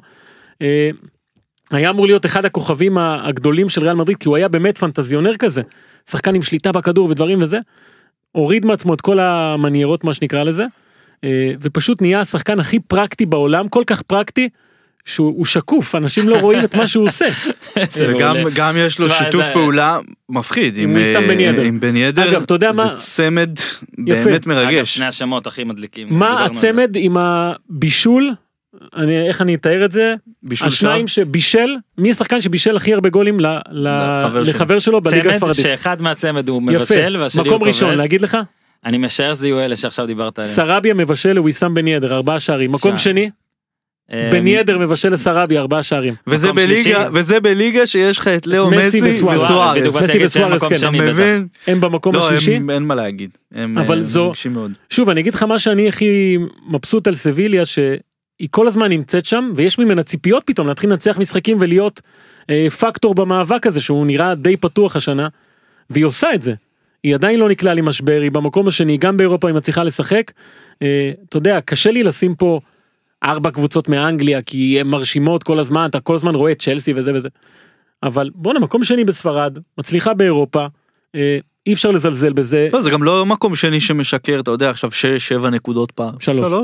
היה אמור להיות אחד הכוכבים הגדולים של ריאל מדריד, כי הוא היה באמת פנטזיונר כזה, שחקן עם שליטה בכדור ודברים וזה, הוריד מעצמו את כל המניירות, מה שנקרא לזה, ופשוט נהיה השחקן הכי פרקטי בעולם, כל כך פרקטי, שהוא שקוף, אנשים לא רואים את מה שהוא עושה.
וגם יש לו שיתוף פעולה מפחיד עם בן ידר.
אגב, אתה יודע מה?
זה צמד באמת מרגש.
אגב, שני השמות הכי מדליקים.
מה הצמד עם הבישול, איך אני אתאר את זה? השניים שבישל, מי השחקן שבישל הכי הרבה גולים לחבר שלו בליגה הספרדית?
צמד שאחד מהצמד הוא מבשל, והשני הוא כובש.
מקום ראשון, להגיד לך?
אני משער זה יהיו אלה שעכשיו דיברת עליהם.
סרביה מבשל וויסאם בן ידר, 4 שערים. מקום שני? בן ידר מבשל לסרביה 4 שערים.
וזה בליגה שיש לך את לאו מסי וסוארז.
מסי וסוארז, כן.
אתה מבין?
הם במקום השלישי.
אין מה להגיד.
אבל זו, שוב אני אגיד לך מה שאני הכי מבסוט על סביליה, שהיא כל הזמן נמצאת שם, ויש ממנה ציפיות פתאום להתחיל לנצח משחקים ולהיות פקטור במאבק הזה, שהוא נראה די פתוח השנה, והיא עושה את זה. היא עדיין לא נקלעה לי משבר, היא במקום השני, גם באירופה היא מצליחה לשחק. אתה יודע, קשה לי לשים פה 4 קבוצות מאנגליה, כי הן מרשימות כל הזמן, אתה כל הזמן רואה את צ'לסי וזה וזה. אבל בוא'נה, מקום שני בספרד, מצליחה באירופה, אי אפשר לזלזל בזה.
לא, זה גם לא מקום שני שמשקר, אתה יודע, עכשיו 6-7 נקודות פעם.
3.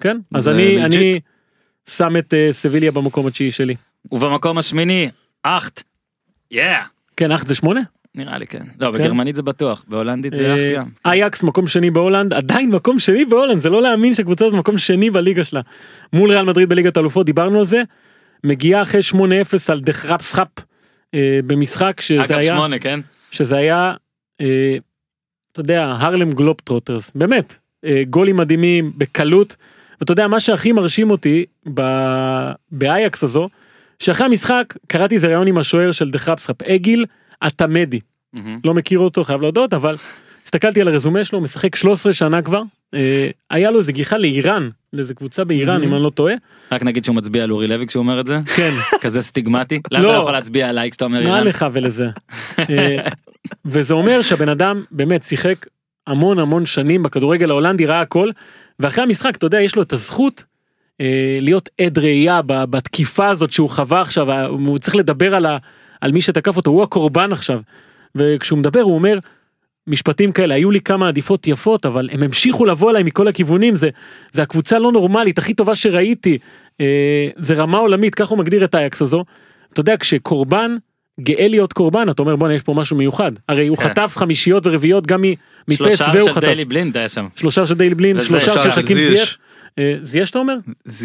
כן, אז
זה
אני
legit.
שם את סביליה במקום התשיעי שלי.
ובמקום השמיני, אחט.
כן, אחת זה 8?
נראה לי כן. לא, בגרמנית זה בטוח, בהולנדית זה אחט גם.
אייקס מקום שני בהולנד, עדיין מקום שני בהולנד, זה לא להאמין שקבוצה הזאת מקום שני בליגה שלה. מול ריאל מדריד בליגת האלופות, דיברנו על זה, מגיעה אחרי 8-0 על דחרפסחאפ במשחק שזה
אגב
היה,
8, כן?
שזה היה, אתה יודע, הרלם גלובטרוטרס, באמת, גולים מדהימים, בקלות, ואתה יודע, מה שהכי מרשים אותי באייקס הזו, שאחרי המשחק, קראתי איזה ראיון עם השוער של דחרפסחאפ, אגיל אטמדי, לא מכיר אותו, חייב להודות, אבל הסתכלתי על הרזומה שלו, משחק 13 שנה כבר, היה לו איזה גיחה לאיראן, לאיזה קבוצה באיראן, אם אני לא טועה.
רק נגיד שהוא מצביע על אורי לוי כשהוא אומר את זה?
כן.
כזה סטיגמטי? למה אתה לא יכול להצביע עליי כשאתה אומר איראן?
מה לך ולזה? וזה אומר שהבן אדם באמת שיחק המון שנים בכדורגל ההולנדי, ראה הכל, ואחרי המשחק, אתה יודע, יש לו את הזכות להיות עד ראייה בתקיפה הזאת שהוא חווה עכשיו, הוא צריך לדבר על מי שתקף אותו, הוא הקורבן עכשיו, וכשהוא מדבר הוא אומר, משפטים כאלה, היו לי כמה עדיפות יפות, אבל הם המשיכו לבוא עליי מכל הכיוונים, זה הקבוצה לא נורמלית, הכי טובה שראיתי, זה רמה עולמית, כך הוא מגדיר את אייקס הזו, אתה יודע, כשקורבן, גאה להיות קורבן, אתה אומר בוא יש פה משהו מיוחד, הרי הוא חטף חמישיות ורביעיות גם מפס והוא חטף.
3 של דיילי בלינד היה שם.
3 של דיילי בלינד, 3 של חכים זייש. זייש אתה אומר?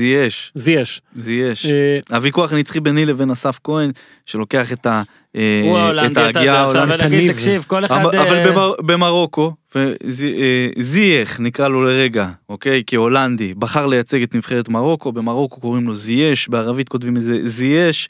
זייש. הוויכוח נצחי ביני לבין אסף כהן, שלוקח את ההגיעה ההולנדית.
תקשיב, כל אחד...
אבל במרוקו, זייח נקרא לו לרגע, אוקיי? כהולנדי, בחר לייצג את נבחרת מרוקו, במרוקו קוראים לו זייש, בערבית כותבים איזה זייש,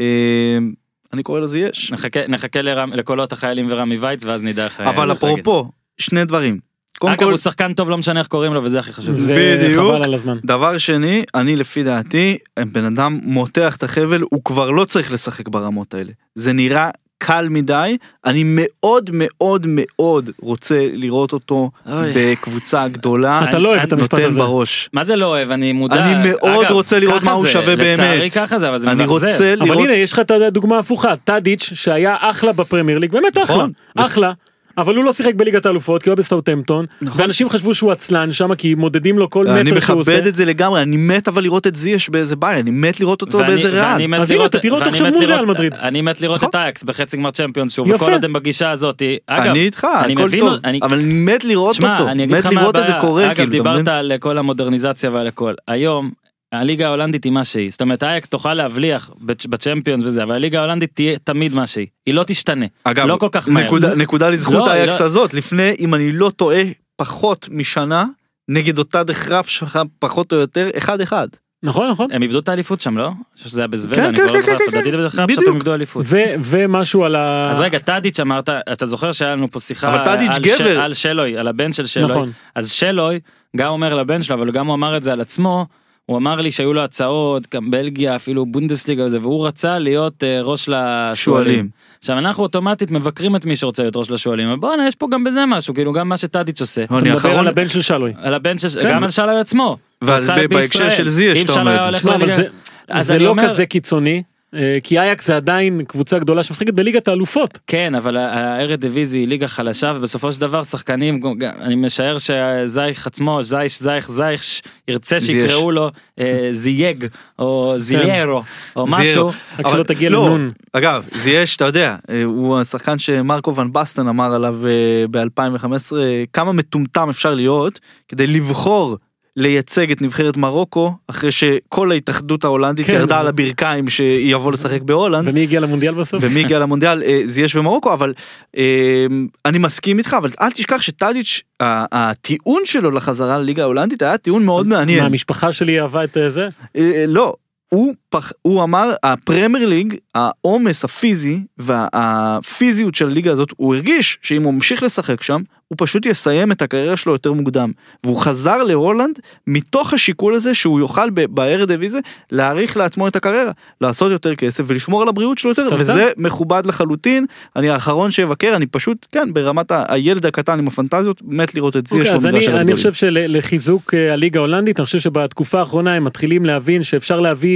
אני קורא לו זייש.
נחכה לקולות החיילים ורמי וייץ, ואז נדע איך...
אבל אפרופו, שני דברים.
אגב, הוא שחקן טוב, לא משנה איך קוראים לו, וזה הכי חשוב.
זה חבל על הזמן.
דבר שני, אני לפי דעתי, בן אדם מותח את החבל, הוא כבר לא צריך לשחק ברמות האלה. זה נראה קל מדי, אני מאוד מאוד מאוד רוצה לראות אותו בקבוצה גדולה.
אתה לא אוהב את המשפט הזה.
בראש.
מה זה לא אוהב? אני מודע.
אני מאוד רוצה לראות מה הוא שווה באמת.
לצערי ככה זה, אבל זה
אני
מבחזר.
רוצה לראות...
אבל הנה, יש לך את הדוגמה ההפוכה, טאדיץ' שהיה אחלה בפרמייר ליג, באמת אחלה, אחלה. אבל הוא לא שיחק בליגת האלופות, כי הוא בסאות'המפטון, ואנשים חשבו שהוא עצלן שם, כי מודדים לו כל מטר שהוא עושה.
אני מכבד את זה לגמרי, אני מת אבל לראות את זייש באיזה ביי, אני מת לראות אותו באיזה ריאל.
אז הנה, אתה תראו אותו עכשיו מול ריאל מדריד.
אני מת לראות את אייקס בחצי גמר צ'מפיונס שוב, וכל עוד הם בגישה הזאת.
אני איתך, הכל טוב, אבל אני מת לראות אותו, מת לראות את זה קורה.
אגב, דיברת על כל המודרניזציה ועל הכל. היום, הליגה ההולנדית היא מה שהיא, זאת אומרת, אייקס תוכל להבליח בצ'מפיונס וזה, אבל הליגה ההולנדית תהיה תמיד מה שהיא, היא לא תשתנה,
אגב,
לא כל כך מהר.
נקודה לזכות אייקס הזאת, לפני, אם אני לא טועה, פחות משנה, נגד אותה דחרף שלך, פחות או יותר, 1-1.
נכון.
הם איבדו את האליפות שם, לא? שזה היה בזוודה, אני כבר לא זוכר, לדעתי בדחרף שאתם איבדו האליפות.
ומשהו על ה...
אז רגע, טאדיץ' אמרת, אתה זוכר שהיה לנו פה שיחה על שלוי, על הבן של שלוי, אז שלוי גם אומר לבן שלו, אבל גם הוא אמר את זה על עצמו, הוא אמר לי שהיו לו הצעות, גם בלגיה, אפילו בונדסליגה וזה, והוא רצה להיות ראש לשואלים. עכשיו אנחנו אוטומטית מבקרים את מי שרוצה להיות ראש לשואלים, אבל בוא'נה, יש פה גם בזה משהו, כאילו גם מה שטאדיץ' עושה.
אתה מדבר על הבן של שלוי.
על הבן של, גם על שלוי עצמו.
ובהקשר של זי, שאתה אומר את זה.
זה לא כזה קיצוני. כי אייקס זה עדיין קבוצה גדולה שמשחקת בליגת האלופות.
כן, אבל הארדיוויזיה היא ליגה חלשה, ובסופו של דבר שחקנים, אני משער שזייך עצמו, זייך ירצה שיקראו לו זייג, או זיליירו, או משהו.
רק שלא תגיע לנון.
אגב, זייש, אתה יודע, הוא השחקן שמרקו ון בסטן אמר עליו ב-2015, כמה מטומטם אפשר להיות, כדי לבחור לייצג את נבחרת מרוקו, אחרי שכל ההתאחדות ההולנדית ירדה על הברכיים שיבוא לשחק בהולנד.
ומי הגיע למונדיאל בסוף?
ומי הגיע למונדיאל, זייש ומרוקו, אבל אני מסכים איתך, אבל אל תשכח שטאדיץ', הטיעון שלו לחזרה לליגה ההולנדית היה טיעון מאוד מעניין.
מה, המשפחה שלי אהבה את זה?
לא. הוא אמר, הפרמייר ליג, העומס הפיזי והפיזיות של הליגה הזאת, הוא הרגיש שאם הוא ממשיך לשחק שם, הוא פשוט יסיים את הקריירה שלו יותר מוקדם. והוא חזר להולנד מתוך השיקול הזה שהוא יוכל בארדיוויזיה להאריך לעצמו את הקריירה, לעשות יותר כסף ולשמור על הבריאות שלו יותר, וזה מכובד לחלוטין. אני האחרון שיבקר, אני פשוט, כן, ברמת הילד הקטן עם הפנטזיות, מת לראות את זה.
אז אני חושב שלחיזוק הליגה ההולנדית, אני חושב שבתקופה האחרונה הם מתחילים להבין שאפשר להביא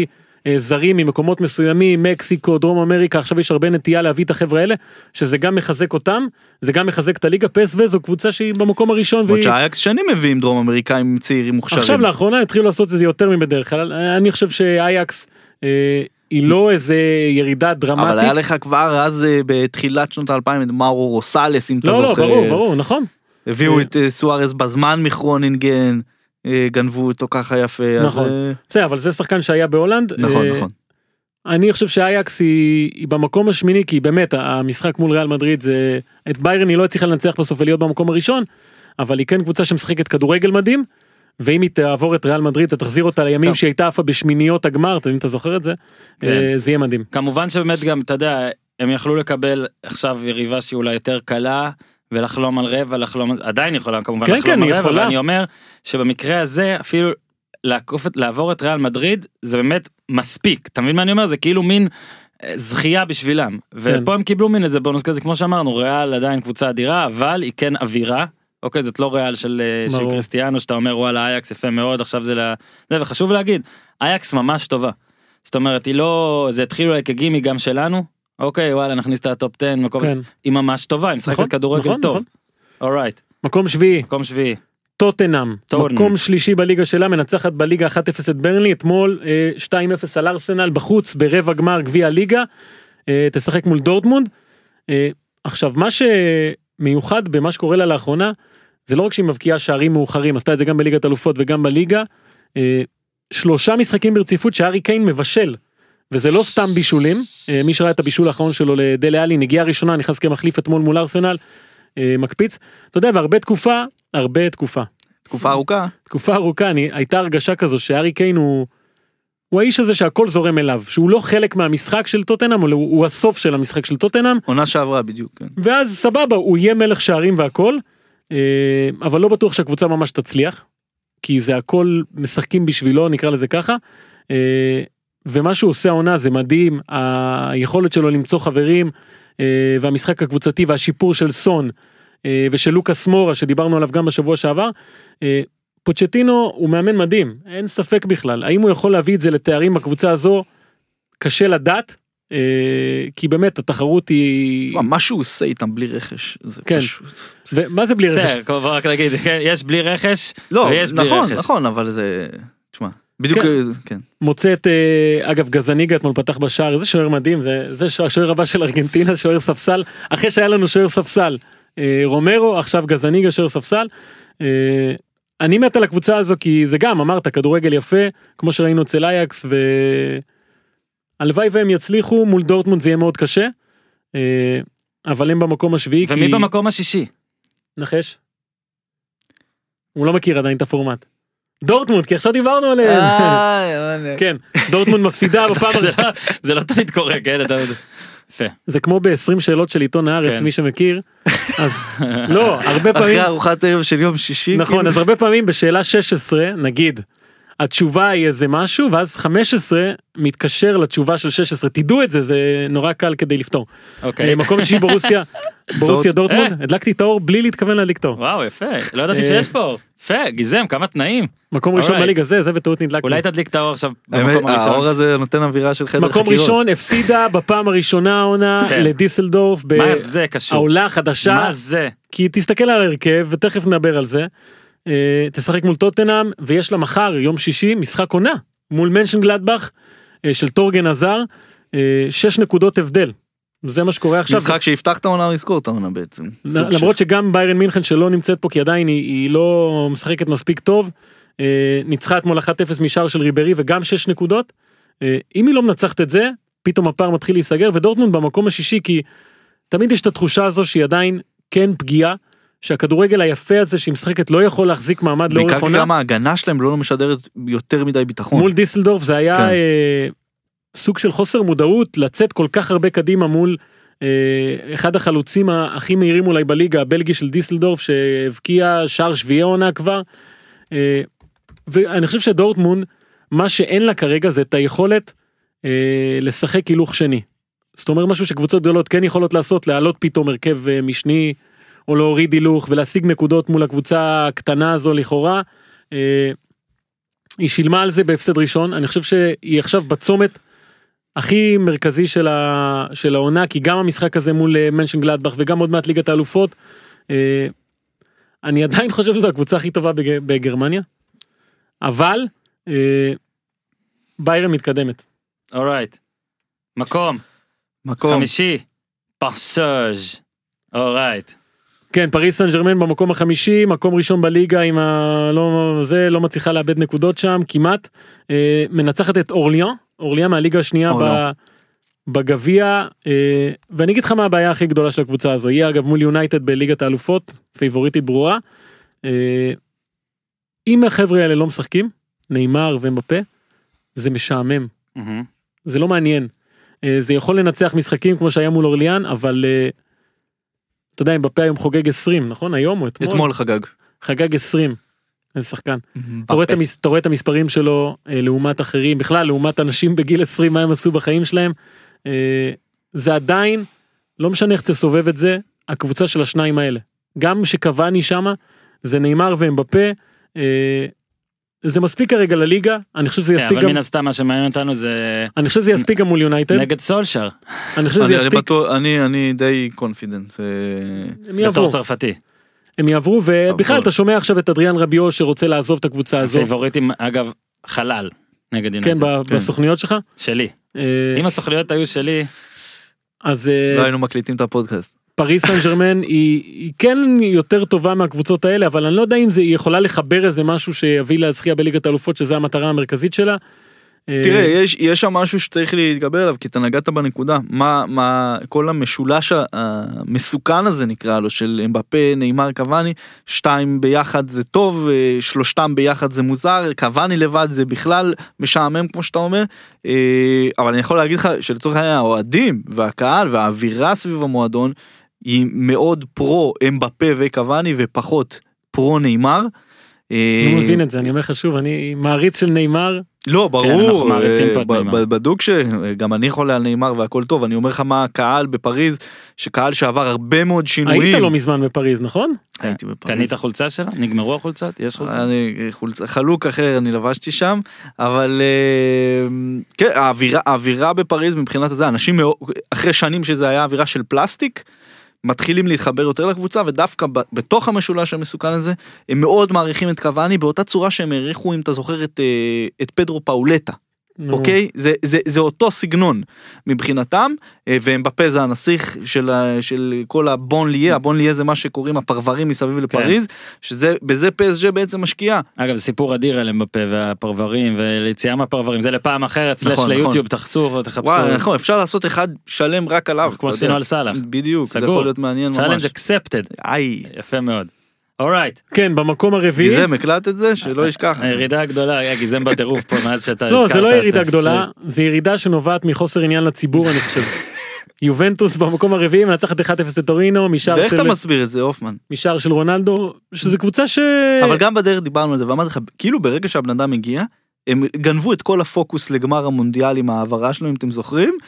זרים ממקומות מסוימים, מקסיקו, דרום אמריקה, עכשיו יש הרבה נטייה להביא את החבר'ה האלה, שזה גם מחזק אותם, זה גם מחזק את הליגה. PSV זו קבוצה שהיא במקום הראשון.
עוד שהאייקס שנים מביאים דרום אמריקאים צעירים מוכשרים.
עכשיו לאחרונה התחילו לעשות את זה יותר מבדרך כלל, אני חושב שאייקס היא לא איזה ירידה דרמטית.
אבל היה לך כבר אז בתחילת שנות ה-2000 מאורו רוסלס, אם אתה זוכר.
לא, ברור, נכון.
הביאו את סוארס בזמן מכרונינגן, גנבו אותו ככה יפה.
נכון, אבל זה שחקן שהיה בהולנד.
נכון.
אני חושב שאייקס היא במקום השמיני, כי באמת המשחק מול ריאל מדריד, את ביירן היא לא הצליחה לנצח בסוף ולהיות במקום הראשון, אבל היא כן קבוצה שמשחקת כדורגל מדהים, ואם היא תעבור את ריאל מדריד, אתה תחזיר אותה לימים שהיא הייתה אפה בשמיניות הגמר, אם אתה זוכר את זה, זה יהיה מדהים.
כמובן שבאמת גם, אתה יודע, הם יכלו לקבל עכשיו יריבה שהיא אולי יותר קלה, ולחלום על רבע, עדיין יכולה כמובן לחלום על רבע, ואני אומר שבמקרה הזה, אפילו לעבור את ריאל מדריד, זה באמת מספיק, אתה מבין מה אני אומר? זה כאילו מין זכייה בשבילם, ופה הם קיבלו מין איזה בונוס כזה, כמו שאמרנו, ריאל עדיין קבוצה אדירה, אבל היא כן אווירה, אוקיי, זאת לא ריאל של קריסטיאנו, שאתה אומר, וואלה, אייקס יפה מאוד, עכשיו זה וחשוב להגיד, אייקס ממש טובה, זאת אומרת, היא לא, זה התחיל אולי כגימי גם שלנו, אוקיי, וואלה, נכניס את הטופ 10, היא ממש טובה, היא משחקת כדורגל טוב. אורייט.
מקום שביעי. טוטנהאם, מקום שלישי בליגה שלה, מנצחת בליגה 1-0 את ברנלי, אתמול 2-0 על ארסנל, בחוץ ברבע גמר גביע הליגה, תשחק מול דורטמונד. עכשיו, מה שמיוחד במה שקורה לה לאחרונה, זה לא רק שהיא מבקיעה שערים מאוחרים, עשתה את זה גם בליגת אלופות וגם בליגה, 3 משחקים ברציפות שהארי קיין מבשל, וזה לא סתם בישולים, מי שראה את הבישול האחרון שלו לדלה אלי, נגיעה ראשונה, נכנס כמחליף אתמול מול ארסנל, מקפיץ, אתה יודע, והרבה תקופה ארוכה, הייתה הרגשה כזו שהארי קיין הוא האיש הזה שהכל זורם אליו, שהוא לא חלק מהמשחק של טוטנהאם, הוא הסוף של המשחק של טוטנהאם.
עונה שעברה בדיוק, כן.
ואז סבבה, הוא יהיה מלך שערים והכל, אבל לא בטוח שהקבוצה ממש תצליח, כי זה הכל משחקים בשבילו, נקרא לזה ככה, ומה שהוא עושה העונה זה מדהים, היכולת שלו למצוא חברים, והמשחק הקבוצתי והשיפור של סון, ושל לוקאס מורה שדיברנו עליו גם בשבוע שעבר, פוצ'טינו הוא מאמן מדהים, אין ספק בכלל, האם הוא יכול להביא את זה לתארים בקבוצה הזו, קשה לדעת, כי באמת התחרות היא...
מה שהוא עושה איתם בלי רכש, זה פשוט...
ומה זה בלי רכש?
רק להגיד, יש בלי רכש, ויש בלי רכש.
נכון, אבל זה... תשמע, בדיוק, כן.
מוצא את, אגב, גזניגה אתמול פתח בשער, זה שוער מדהים, זה השוער הבא של ארגנטינה, שוער ספסל, אחרי שהיה לנו שוער ספסל, רומרו, עכשיו גזניגה, שוער ספסל, אני מת על הקבוצה הזו, כי זה גם, אמרת, כדורגל יפה, כמו שראינו אצל אייקס, והלוואי והם יצליחו, מול דורטמונד זה יהיה מאוד קשה, אבל הם במקום השביעי.
ומי במקום השישי?
נחש? הוא לא מכיר עדיין את הפורמט. דורטמונד, כי עכשיו דיברנו עליהם. כן, דורטמונד מפסידה בפעם הראשונה.
זה לא תמיד קורה, כן?
זה כמו ב-20 שאלות של עיתון הארץ, מי שמכיר. לא, הרבה פעמים...
אחרי ארוחת ערב של יום שישי.
נכון, אז הרבה פעמים בשאלה 16, נגיד, התשובה היא איזה משהו, ואז 15 מתקשר לתשובה של 16. תדעו את זה, זה נורא קל כדי לפתור. מקום שישי ברוסיה דורטמונד, הדלקתי את האור בלי להתכוון להדליק את האור.
וואו, יפה, לא ידעתי שיש פה אור. יפה, גיזם, כמה תנאים.
מקום ראשון בליגה, זה בטעות נדלק.
אולי תדליק את האור עכשיו במקום הראשון.
האור הזה נותן אווירה של חדר חקירות.
מקום ראשון, הפסידה בפעם הראשונה העונה לדיסלדורף.
מה זה קשור?
העולה החדשה.
מה זה?
כי תסתכל על ההרכב, ותכף נדבר על זה. תשחק מול טוטנהאם, ויש לה מחר, יום שישי, משחק עונה, מול מנשן גלדבך, של טורגן עזר, 6 נקודות הבדל. זה מה שקורה עכשיו.
משחק שיפתח את העונה, יזכור את העונה בעצם.
למרות שגם ביירן מינכן שלא נמצאת פה, כי עדיין היא לא משחקת מספיק טוב, ניצחה אתמול 1-0 משער של ריברי, וגם 6 נקודות. אם היא לא מנצחת את זה, פתאום הפער מתחיל להיסגר, ודורטמונד במקום השישי, כי תמיד יש את התחושה הזו שהיא עדיין כן פגיעה, שהכדורגל היפה הזה שהיא משחקת לא יכול להחזיק מעמד לאורך עונה.
בעיקר גם ההגנה שלהם לא משדרת יותר מדי ביטחון.
מול דיסלדורף זה היה סוג של חוסר מודעות, לצאת כל כך הרבה קדימה מול אחד החלוצים הכי מהירים אולי בליגה, הבלגי של דיסלדורף, שהבקיע שער שביעי עונה כבר. ואני חושב שדורטמונד, מה שאין לה כרגע זה את היכולת לשחק הילוך שני. זאת אומרת משהו שקבוצות גדולות כן יכולות לעשות, להעלות פתאום הרכב משני, או להוריד הילוך ולהשיג נקודות מול הקבוצה הקטנה הזו לכאורה. היא שילמה על זה בהפסד ראשון, אני חושב שהיא עכשיו בצומת הכי מרכזי של העונה, כי גם המשחק הזה מול מנשן גלדבך, וגם עוד מעט ליגת האלופות, אני עדיין חושב שזו הקבוצה הכי טובה בגרמניה, אבל ביירן מתקדמת.
אורייט. מקום. חמישי. פרסאז'. אורייט.
כן, פריס סן ז'רמן במקום החמישי, מקום ראשון בליגה עם לא מצליחה לאבד נקודות שם, כמעט. מנצחת את אורליאן מהליגה השנייה בגביע, ואני אגיד לך מה הבעיה הכי גדולה של הקבוצה הזו, היא אגב מול יונייטד בליגת האלופות, פייבוריטית ברורה, אם החבר'ה האלה לא משחקים, ניימר ומבפה, זה משעמם, זה לא מעניין, זה יכול לנצח משחקים כמו שהיה מול אורליאן, אבל אתה יודע, מבפה היום חוגג 20, נכון? היום או אתמול?
אתמול חגג.
חגג 20, איזה שחקן. אתה רואה את המספרים שלו לעומת אחרים, בכלל לעומת אנשים בגיל 20, מה הם עשו בחיים שלהם, זה עדיין, לא משנה איך תסובב את זה, הקבוצה של השניים האלה. גם שקוואני שמה, זה ניימר ומבפה, זה מספיק הרגע לליגה, אני חושב שזה יספיק גם...
אבל מן הסתם מה שמעניין אותנו זה...
אני חושב שזה יספיק גם מול יונייטד.
נגד סולשר.
אני חושב שזה יספיק...
אני די קונפידנט.
בתור צרפתי.
הם יעברו, ובכלל אתה שומע עכשיו את אדריאן רביו שרוצה לעזוב את הקבוצה הזו.
הפייבוריטים אגב חלל נגד יונייטד.
כן, בסוכניות שלך?
שלי. אם הסוכניות היו שלי...
אז...
לא היינו מקליטים את הפודקאסט.
פריס סן ז'רמן היא כן יותר טובה מהקבוצות האלה, אבל אני לא יודע אם היא יכולה לחבר איזה משהו שיביא להזכייה בליגת האלופות, שזה המטרה המרכזית שלה.
תראה, יש שם משהו שצריך להתגבר עליו, כי אתה נגעת בנקודה, מה כל המשולש המסוכן הזה נקרא לו, של אמבפה, ניימר, קוואני, 2 ביחד זה טוב, 3 ביחד זה מוזר, קוואני לבד זה בכלל משעמם כמו שאתה אומר, אבל אני יכול להגיד לך שלצורך העניין, האוהדים והקהל והאווירה סביב המועדון, היא מאוד פרו אמבפה וקוואני ופחות פרו ניימר.
אני מבין את זה, אני אומר לך שוב, אני מעריץ של ניימר.
לא, ברור, בדוק שגם אני חולה על ניימר והכל טוב, אני אומר לך מה הקהל בפריז, שקהל שעבר הרבה מאוד שינויים.
היית לא מזמן בפריז, נכון?
הייתי בפריז.
קנית חולצה שלה? נגמרו החולצות? יש חולצה?
חלוק אחר אני לבשתי שם, אבל כן, האווירה בפריז מבחינת הזה, אנשים אחרי שנים שזה היה אווירה של פלסטיק, מתחילים להתחבר יותר לקבוצה, ודווקא בתוך המשולש המסוכן הזה, הם מאוד מעריכים את קוואני, באותה צורה שהם העריכו, אם אתה זוכר את פדרו פאולטה, אוקיי? זה אותו סגנון מבחינתם, ואמבפה זה הנסיך של כל הבון ליה, הבון ליה זה מה שקוראים הפרברים מסביב לפריז, שבזה PSG בעצם משקיעה.
אגב, סיפור אדיר על אמבפה והפרברים, וליציאה מהפרברים, זה לפעם אחרת, סלש ליוטיוב, תחסו, תחפשו.
נכון, אפשר לעשות אחד שלם רק עליו.
כמו עשינו על סלאח.
בדיוק, זה יכול להיות מעניין ממש.
צ'אלנג' אקספטד. יפה מאוד. אורייט.
כן, במקום הרביעי.
גיזם, הקלט את זה, שלא ישכח.
הירידה הגדולה, היה גיזם בטירוף פה מאז שאתה הזכרת.
לא, זה לא ירידה גדולה, זה ירידה שנובעת מחוסר עניין לציבור, אני חושב. יובנטוס במקום הרביעי, מנצחת 1-0 לטורינו, משער של...
ואיך אתה מסביר את זה, אופמן?
משער של רונלדו, שזה קבוצה
אבל גם בדרך דיברנו על זה, ואמרתי לך, כאילו ברגע שהבן אדם מגיע, הם גנבו את כל הפוקוס לגמר המונדיאל עם העברה שלו, אם אתם זוכרים,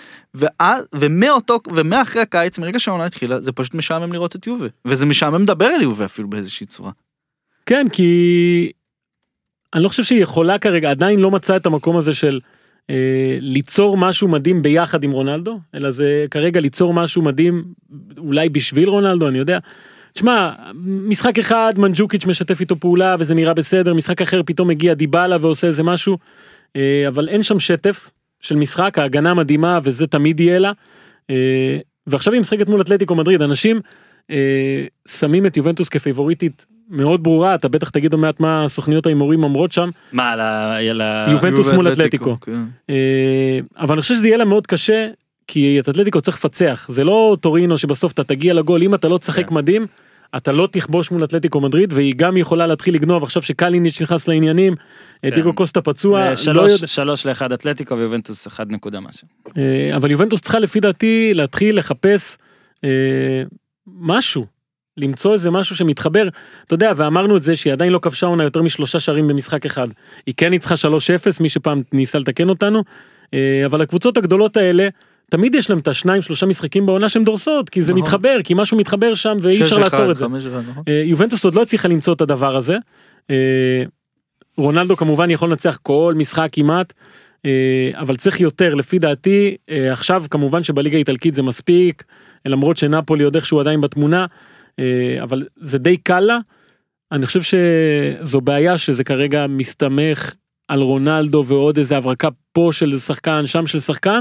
ומאחרי הקיץ, מרגע שהעונה התחילה, זה פשוט משעמם לראות את יובה, וזה משעמם לדבר על יובה אפילו באיזושהי צורה.
כן, כי אני לא חושב שהיא יכולה כרגע, עדיין לא מצאה את המקום הזה של ליצור משהו מדהים ביחד עם רונלדו, אלא זה כרגע ליצור משהו מדהים, אולי בשביל רונלדו, אני יודע. תשמע, משחק אחד מנג'וקיץ' משתף איתו פעולה וזה נראה בסדר, משחק אחר פתאום מגיע דיבאלה ועושה איזה משהו, אבל אין שם שטף של משחק, ההגנה מדהימה וזה תמיד יהיה לה, ועכשיו היא משחקת מול אתלטיקו מדריד, אנשים שמים את יובנטוס כפייבוריטית מאוד ברורה, אתה בטח תגיד עוד מעט מה סוכניות ההימורים אומרות שם,
מה,
יובנטוס מול אתלטיקו, אבל אני חושב שזה יהיה לה מאוד קשה, כי את אתלטיקו צריך לפצח, זה לא טורינו שבסוף אתה תגיע לגול, אם אתה לא תשחק מדהים, אתה לא תכבוש מול אתלטיקו מדריד, והיא גם יכולה להתחיל לגנוב, עכשיו שקליניץ' נכנס לעניינים, דיגו קוסטה פצוע,
3-1 אתלטיקו ויובנטוס 1 נקודה משהו.
אבל יובנטוס צריכה לפי דעתי להתחיל לחפש משהו, למצוא איזה משהו שמתחבר, אתה יודע, ואמרנו את זה שהיא עדיין לא כבשה עונה יותר מ3 שערים במשחק אחד, היא כן ניצחה 3-0, מי שפעם ניסה לתקן אותנו, אבל הקבוצות הגדולות האלה, תמיד יש להם את 2-3 משחקים בעונה שהם דורסות, כי זה מתחבר, כי משהו מתחבר שם ואי אפשר לעצור את זה. יובנטוס עוד לא הצליחה למצוא את הדבר הזה, רונלדו כמובן יכול לנצח כל משחק כמעט, אבל צריך יותר, לפי דעתי, עכשיו כמובן שבליגה האיטלקית זה מספיק, למרות שנאפולי עוד איכשהו עדיין בתמונה, אבל זה די קל לה, אני חושב שזו בעיה שזה כרגע מסתמך על רונלדו ועוד איזה הברקה פה של שחקן, שם של שחקן,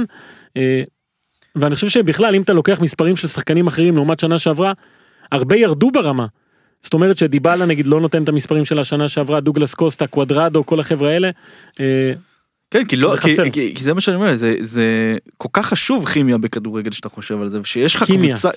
ואני חושב שבכלל אם אתה לוקח מספרים של שחקנים אחרים לעומת שנה שעברה, הרבה ירדו ברמה, זאת אומרת שדיבאלה נגיד לא נותן את המספרים של השנה שעברה, דוגלס קוסטה, קוואדרדו, כל החבר'ה האלה,
כן, כי זה מה שאני אומר, זה כל כך חשוב כימיה בכדורגל שאתה חושב על זה, ושיש לך קבוצה,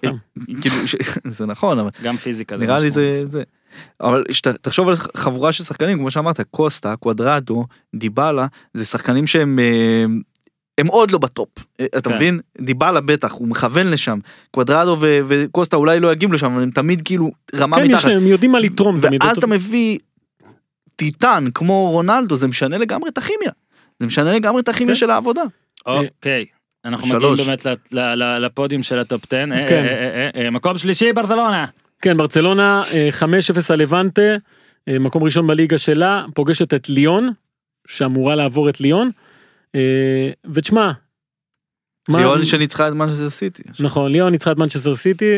זה נכון, אבל
גם פיזיקה,
נראה לי זה, אבל תחשוב על חבורה של שחקנים, כמו שאמרת, קוסטה, קוואדרדו, דיבאלה, זה שחקנים שהם עוד לא בטופ, אתה מבין? דיבאלה בטח, הוא מכוון לשם, קוואדרדו וקוסטה אולי לא יגיעו לשם, אבל הם תמיד כאילו רמה מתחת.
כן, הם יודעים מה לתרום.
ואז אתה מביא טיטן כמו רונלדו, זה משנה לגמרי את הכימיה. זה משנה לגמרי את הכימיה של העבודה.
אוקיי, אנחנו מגיעים באמת לפודיום של הטופ 10. מקום שלישי, ברצלונה.
כן, ברצלונה 5-0 על לבנטה, מקום ראשון בליגה שלה, פוגשת את ליון, שאמורה לעבור את ליון, ותשמע,
ליון שניצחה את מנצ'סטר סיטי.
נכון, ליון ניצחה את מנצ'סטר סיטי,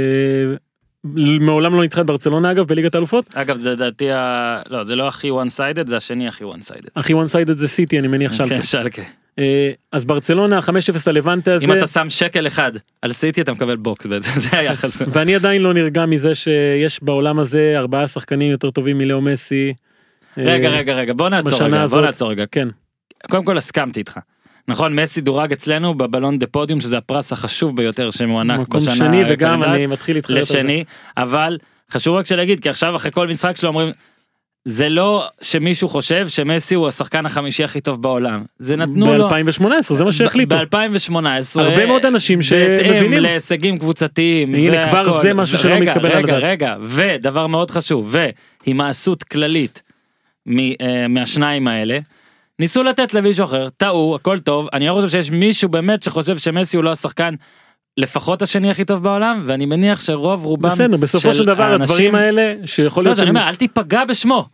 מעולם לא ניצחה את ברצלונה אגב בליגת האלופות.
אגב זה לדעתי, לא זה לא הכי one sided, זה השני הכי one sided.
הכי one sided זה סיטי, אני מניח שלקה.
כן, שלקה.
אז ברצלונה 5-0 על לבנטה הזה.
אם אתה שם שקל אחד על סיטי אתה מקבל בוקס, זה היחס.
ואני עדיין לא נרגע מזה שיש בעולם הזה 4 שחקנים יותר טובים מלאו מסי.
רגע, בוא נעצור רגע.
כן.
קודם כל הסכמתי איתך. נכון, מסי דורג אצלנו בבלון דה פודיום, שזה הפרס החשוב ביותר שמוענק בשנה.
מקום שני וגם אני מתחיל להתחילת על זה.
לשני, אבל חשוב רק שלהגיד, כי עכשיו אחרי כל משחק שלו אומרים, זה לא שמישהו חושב שמסי הוא השחקן החמישי הכי טוב בעולם. זה נתנו לו...
ב-2018, זה מה שהחליטו.
ב-2018.
הרבה מאוד אנשים שמבינים.
בהתאם להישגים קבוצתיים.
הנה כבר זה משהו שלא מתקבל על הדעת.
רגע, ודבר מאוד חשוב, והימאסות כללית מהשניים האלה, ניסו לתת למישהו אחר, טעו, הכל טוב, אני לא חושב שיש מישהו באמת שחושב שמסי הוא לא השחקן לפחות השני הכי טוב בעולם, ואני מניח שרוב רובם
בסדר, בסופו של דבר הדברים האלה שיכול להיות...
לא, אני אומר, אל תיפגע בשמו.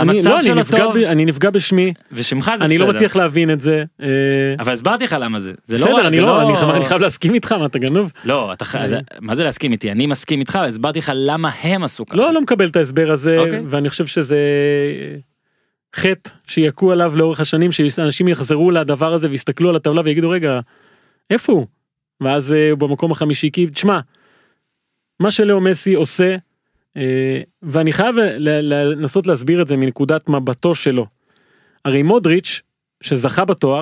אני נפגע בשמי,
ושמך זה בסדר.
אני לא מצליח להבין את זה.
אבל הסברתי לך למה זה.
בסדר, אני חייב להסכים איתך, מה אתה גנוב?
לא, מה זה להסכים איתי? אני מסכים איתך, הסברתי לך למה הם עשו ככה.
לא מקבל את ההסבר הזה, ואני חושב שזה חטא שיקו עליו לאורך השנים, שאנשים יחזרו לדבר הזה ויסתכלו על הטבלה ויגידו, רגע, איפה הוא? ואז הוא במקום החמישי, כי תשמע, מה שלאו מסי עושה, ואני חייב לנסות להסביר את זה מנקודת מבטו שלו. הרי מודריץ' שזכה בתואר,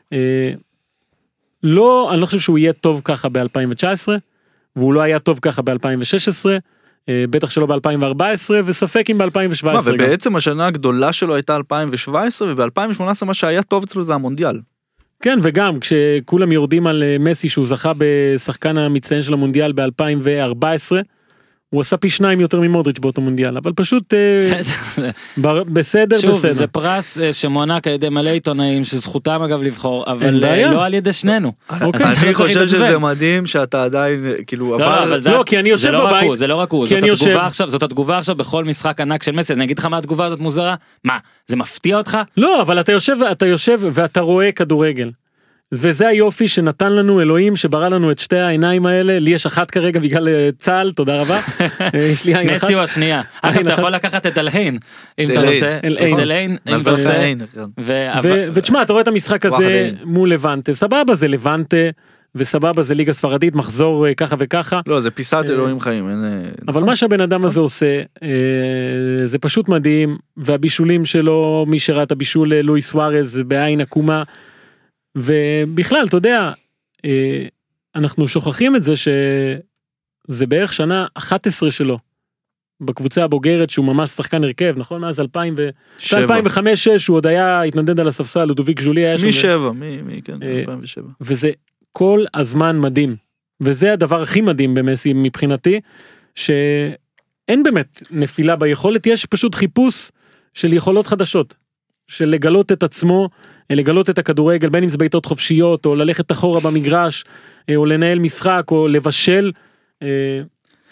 לא, אני לא חושב שהוא יהיה טוב ככה ב-2019, והוא לא היה טוב ככה ב-2016, בטח שלא ב-2014, וספק אם ב-2017.
ובעצם השנה הגדולה שלו הייתה 2017, וב-2018 מה שהיה טוב אצלו זה המונדיאל.
כן, וגם כשכולם יורדים על מסי שהוא זכה בשחקן המצטיין של המונדיאל ב-2014, הוא עשה פי 2 יותר ממודריץ' באותו מונדיאל, אבל פשוט בסדר.
שוב, זה פרס שמוענק על ידי מלא עיתונאים, שזכותם אגב לבחור, אבל לא על ידי שנינו.
אני חושב שזה מדהים שאתה עדיין, כאילו,
לא, כי אני יושב בבית.
זה לא רק הוא, זאת התגובה עכשיו בכל משחק ענק של מסי, אני אגיד לך מה התגובה הזאת מוזרה, מה, זה מפתיע אותך?
לא, אבל אתה יושב ואתה רואה כדורגל. וזה היופי שנתן לנו אלוהים שברא לנו את שתי העיניים האלה, לי יש אחת כרגע בגלל צהל, תודה רבה. יש לי עין אחת.
מסי הוא השנייה. אגב, אתה יכול לקחת את אלהין, אם אתה רוצה. אלהין, אם אתה רוצה.
ותשמע, אתה רואה את המשחק הזה מול לבנטה, סבבה זה לבנטה, וסבבה זה ליגה ספרדית, מחזור ככה וככה.
לא, זה פיסת אלוהים חיים.
אבל מה שהבן אדם הזה עושה, זה פשוט מדהים, והבישולים שלו, מי שראה את הבישול לואיס סוארז בעין עקומה, ובכלל, אתה יודע, אנחנו שוכחים את זה שזה בערך שנה 11 שלו, בקבוצה הבוגרת שהוא ממש שחקן הרכב, נכון? מאז 2005-2006 הוא עוד היה, התנדד על הספסל, לודוביק ז'ולי היה שם.
כן, 2007.
וזה כל הזמן מדהים, וזה הדבר הכי מדהים במסי מבחינתי, שאין באמת נפילה ביכולת, יש פשוט חיפוש של יכולות חדשות, של לגלות את עצמו, לגלות את הכדורגל, בין אם זה בעיטות חופשיות, או ללכת אחורה במגרש, או לנהל משחק, או לבשל.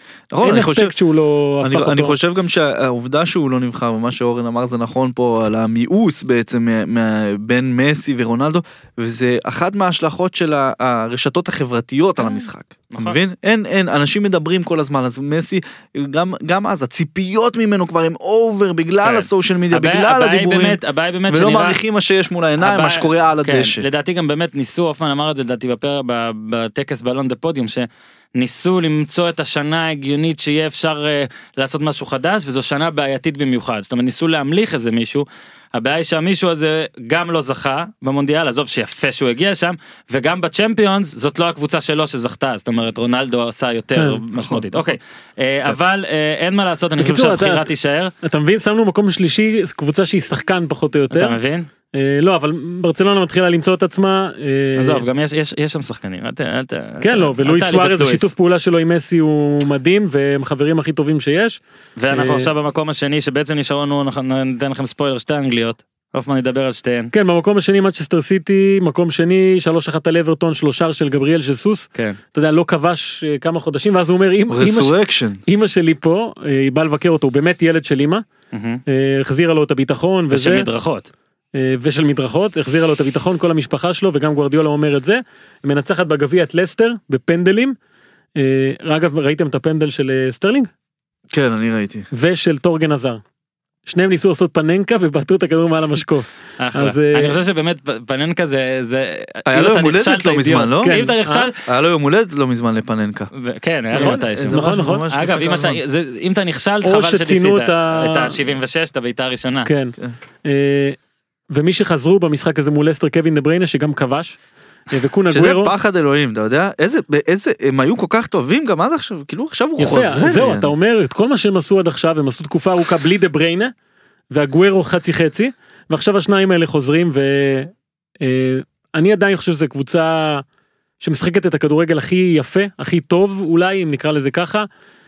נכון,
אין
אני חושב,
אספקט שהוא לא הפך אותו.
אני חושב גם שהעובדה שהוא לא נבחר, ומה שאורן אמר זה נכון פה, על המיאוס בעצם בין מסי ורונלדו, וזה אחת מההשלכות של הרשתות החברתיות על המשחק. אתה מבין? אין, אנשים מדברים כל הזמן, אז מסי, גם אז, הציפיות ממנו כבר הם אובר, בגלל הסושיאל מדיה, בגלל הדיבורים, ולא מעריכים מה שיש מול העיניים, מה שקורה על הדשא.
לדעתי גם באמת ניסו, אופמן אמר את זה, לדעתי בטקס בלון דה פודיום, ניסו למצוא את השנה ההגיונית שיהיה אפשר לעשות משהו חדש, וזו שנה בעייתית במיוחד. זאת אומרת, ניסו להמליך איזה מישהו, הבעיה היא שהמישהו הזה גם לא זכה במונדיאל, עזוב שיפה שהוא הגיע שם, וגם בצ'מפיונס, זאת לא הקבוצה שלו שזכתה, זאת אומרת, רונלדו עשה יותר משמעותית. אוקיי, אבל אין מה לעשות, אני חושב שהבחירה תישאר.
אתה מבין, שמנו מקום שלישי, קבוצה שהיא שחקן פחות או יותר.
אתה מבין?
לא, אבל ברצלונה מתחילה למצוא את עצמה.
עזוב, גם יש שם שחקנים.
כן, לא, ולואיס סוארז, השיתוף פעולה שלו עם מסי הוא מדהים, והם חברים הכי טובים שיש.
ואנחנו עכשיו במקום השני, שבעצם נשארנו, ניתן לכם ספוילר, שתי אנגליות. אופמן ידבר על שתיהן.
כן, במקום השני מנצ'סטר סיטי, מקום שני, 3-1 על אברטון, 3 של גבריאל ז'סוס.
כן.
אתה יודע, לא כבש כמה חודשים, ואז הוא אומר, אמא שלי פה, היא באה לבקר אותו, הוא באמת ילד של אמא, החזירה לו את הביטחון,
ושל מדרכות.
ושל מדרכות, החזירה לו את הביטחון, כל המשפחה שלו, וגם גוארדיולה אומר את זה, מנצחת בגביע את לסטר, בפנדלים, אגב, ראיתם את הפנדל של סטרלינג?
כן, אני ראיתי.
ושל טורגן עזר. שניהם ניסו לעשות פננקה, ובעטו את הכדור מעל המשקוף.
אני חושב שבאמת פננקה זה...
היה לו יום הולדת לא מזמן, לא?
אם אתה נכשל...
היה לו יום הולדת לא מזמן לפננקה.
כן, היה לו מתי שם.
נכון.
אגב, אם אתה נכשל, חבל שתיסית את ה-76, את הביתה הראשונה.
כן. ומי שחזרו במשחק הזה מול לסטר, קווין דה בריינה, שגם כבש, וקונה גוורו.
שזה פחד אלוהים, אתה יודע? איזה, הם היו כל כך טובים גם עד עכשיו, כאילו עכשיו הוא חוזר.
יפה, זהו, אתה אומר, את כל מה שהם עשו עד עכשיו, הם עשו תקופה ארוכה בלי דה בריינה, והגוורו חצי, ועכשיו השניים האלה חוזרים, ואני עדיין חושב שזו קבוצה שמשחקת את הכדורגל הכי יפה, הכי טוב אולי, אם נקרא לזה ככה,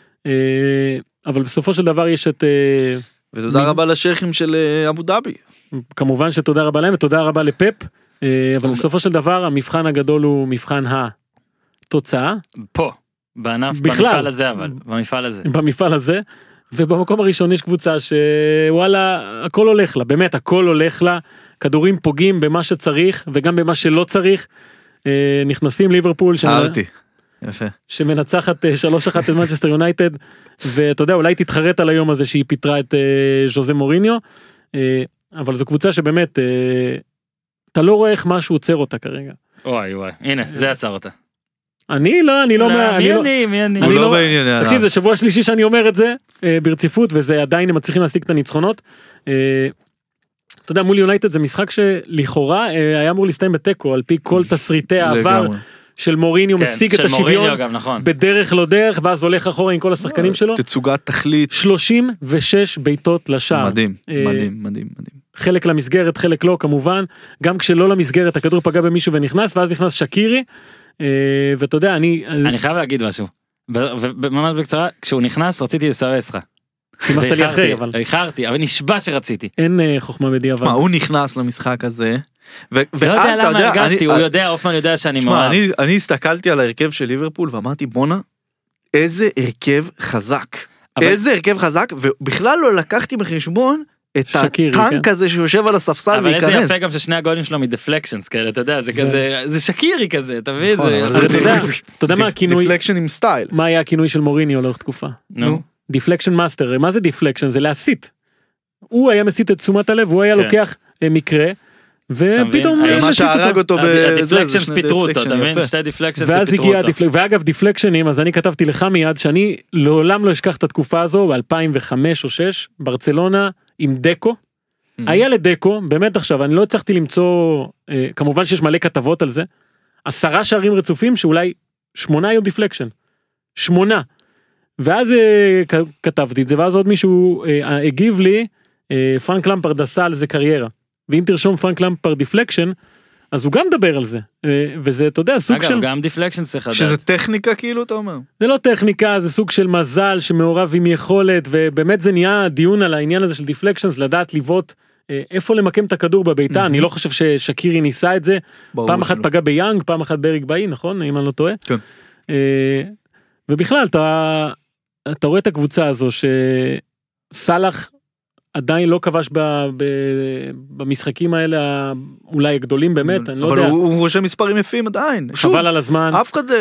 אבל בסופו של דבר יש את...
ותודה רבה לשייכים של אבו דאבי.
כמובן שתודה רבה להם, ותודה רבה לפפ, אבל בסופו של דבר המבחן הגדול הוא מבחן התוצאה.
פה, במפעל הזה אבל,
במפעל הזה, ובמקום הראשון יש קבוצה שוואלה, הכל הולך לה, באמת הכל הולך לה, כדורים פוגעים במה שצריך, וגם במה שלא צריך, נכנסים ליברפול,
אהבתי, יפה.
שמנצחת 3-1 את מנצ'סטר יונייטד, ואתה יודע, אולי תתחרט על היום הזה שהיא פיטרה את ז'וזה מוריניו, אבל זו קבוצה שבאמת, אתה לא רואה איך משהו עוצר אותה כרגע.
וואי, הנה, זה עצר אותה.
אני לא,
מי אני?
תקשיב, זה שבוע שלישי שאני אומר את זה, ברציפות, וזה עדיין הם מצליחים להשיג את הניצחונות. אתה יודע, מול יונייטד זה משחק שלכאורה היה אמור להסתיים בטקו, על פי כל תסריטי העבר של מוריניו, משיג את השוויון, בדרך לא דרך, ואז הולך אחורה עם כל השחקנים שלו.
תצוגת תכלית.
36 ביתות לשער.
מדהים.
חלק למסגרת, חלק לא, כמובן. גם כשלא למסגרת, הכדור פגע במישהו ונכנס, ואז נכנס שקירי, ואתה יודע, אני
חייב להגיד משהו, וממש בקצרה, כשהוא נכנס, רציתי לסרס לך.
סימסת לי אחרי, אבל...
איחרתי, אבל נשבע שרציתי.
אין חוכמה בדיעבד.
מה, הוא נכנס למשחק הזה,
לא יודע למה הרגשתי, הוא יודע, אופמן יודע שאני מאוהב.
אני הסתכלתי על ההרכב של ליברפול, ואמרתי, בונה, איזה הרכב חזק. ובכלל לא לקחתי בחשבון, את הטנק הזה שיושב על הספסל וייכנס.
אבל איזה יפה גם ששני הגולים שלו מדפלקשנס כאלה, אתה יודע, זה כזה, זה שקירי כזה, אתה מבין?
אתה יודע מה הכינוי?
דיפלקשן עם סטייל.
מה היה הכינוי של מוריניו לאורך תקופה? דיפלקשן מאסטר, מה זה דיפלקשן? זה להסיט. הוא היה מסיט את תשומת הלב, הוא היה לוקח מקרה, ופתאום
מה שהרג אותו
הדיפלקשנס פיטרו אותו, אתה מבין? שתי דיפלקשנס פיטרו אותו.
ואגב דיפלקשנים, אז אני כתבתי לך מיד שאני לעולם לא אשכח את התקופה הזו, ב-2005 או 2006, ברצלונה עם דקו, היה לדקו, באמת עכשיו, אני לא הצלחתי למצוא, כמובן שיש מלא כתבות על זה, 10 שערים רצופים שאולי 8 היו דיפלקשן, 8, ואז כתבתי את זה, ואז עוד מישהו הגיב לי, פרנק למפרד עשה על זה קריירה, ואם תרשום פרנק למפרד דיפלקשן, אז הוא גם מדבר על זה, וזה, אתה יודע, סוג של...
אגב, גם דיפלקשן צריך לדעת.
שזה טכניקה כאילו, אתה אומר?
זה לא טכניקה, זה סוג של מזל שמעורב עם יכולת, ובאמת זה נהיה דיון על העניין הזה של דיפלקשנס, לדעת לבעוט איפה למקם את הכדור בביתה, אני לא חושב ששקירי ניסה את זה, פעם אחת פגע ביאנג, פעם אחת באריק באי, נכון? אם אני לא טועה.
כן.
ובכלל, אתה רואה את הקבוצה הזו שסלח עדיין לא כבש במשחקים האלה אולי הגדולים באמת, אני לא יודע.
אבל הוא רושם מספרים יפים עדיין.
חבל על הזמן.
אף אחד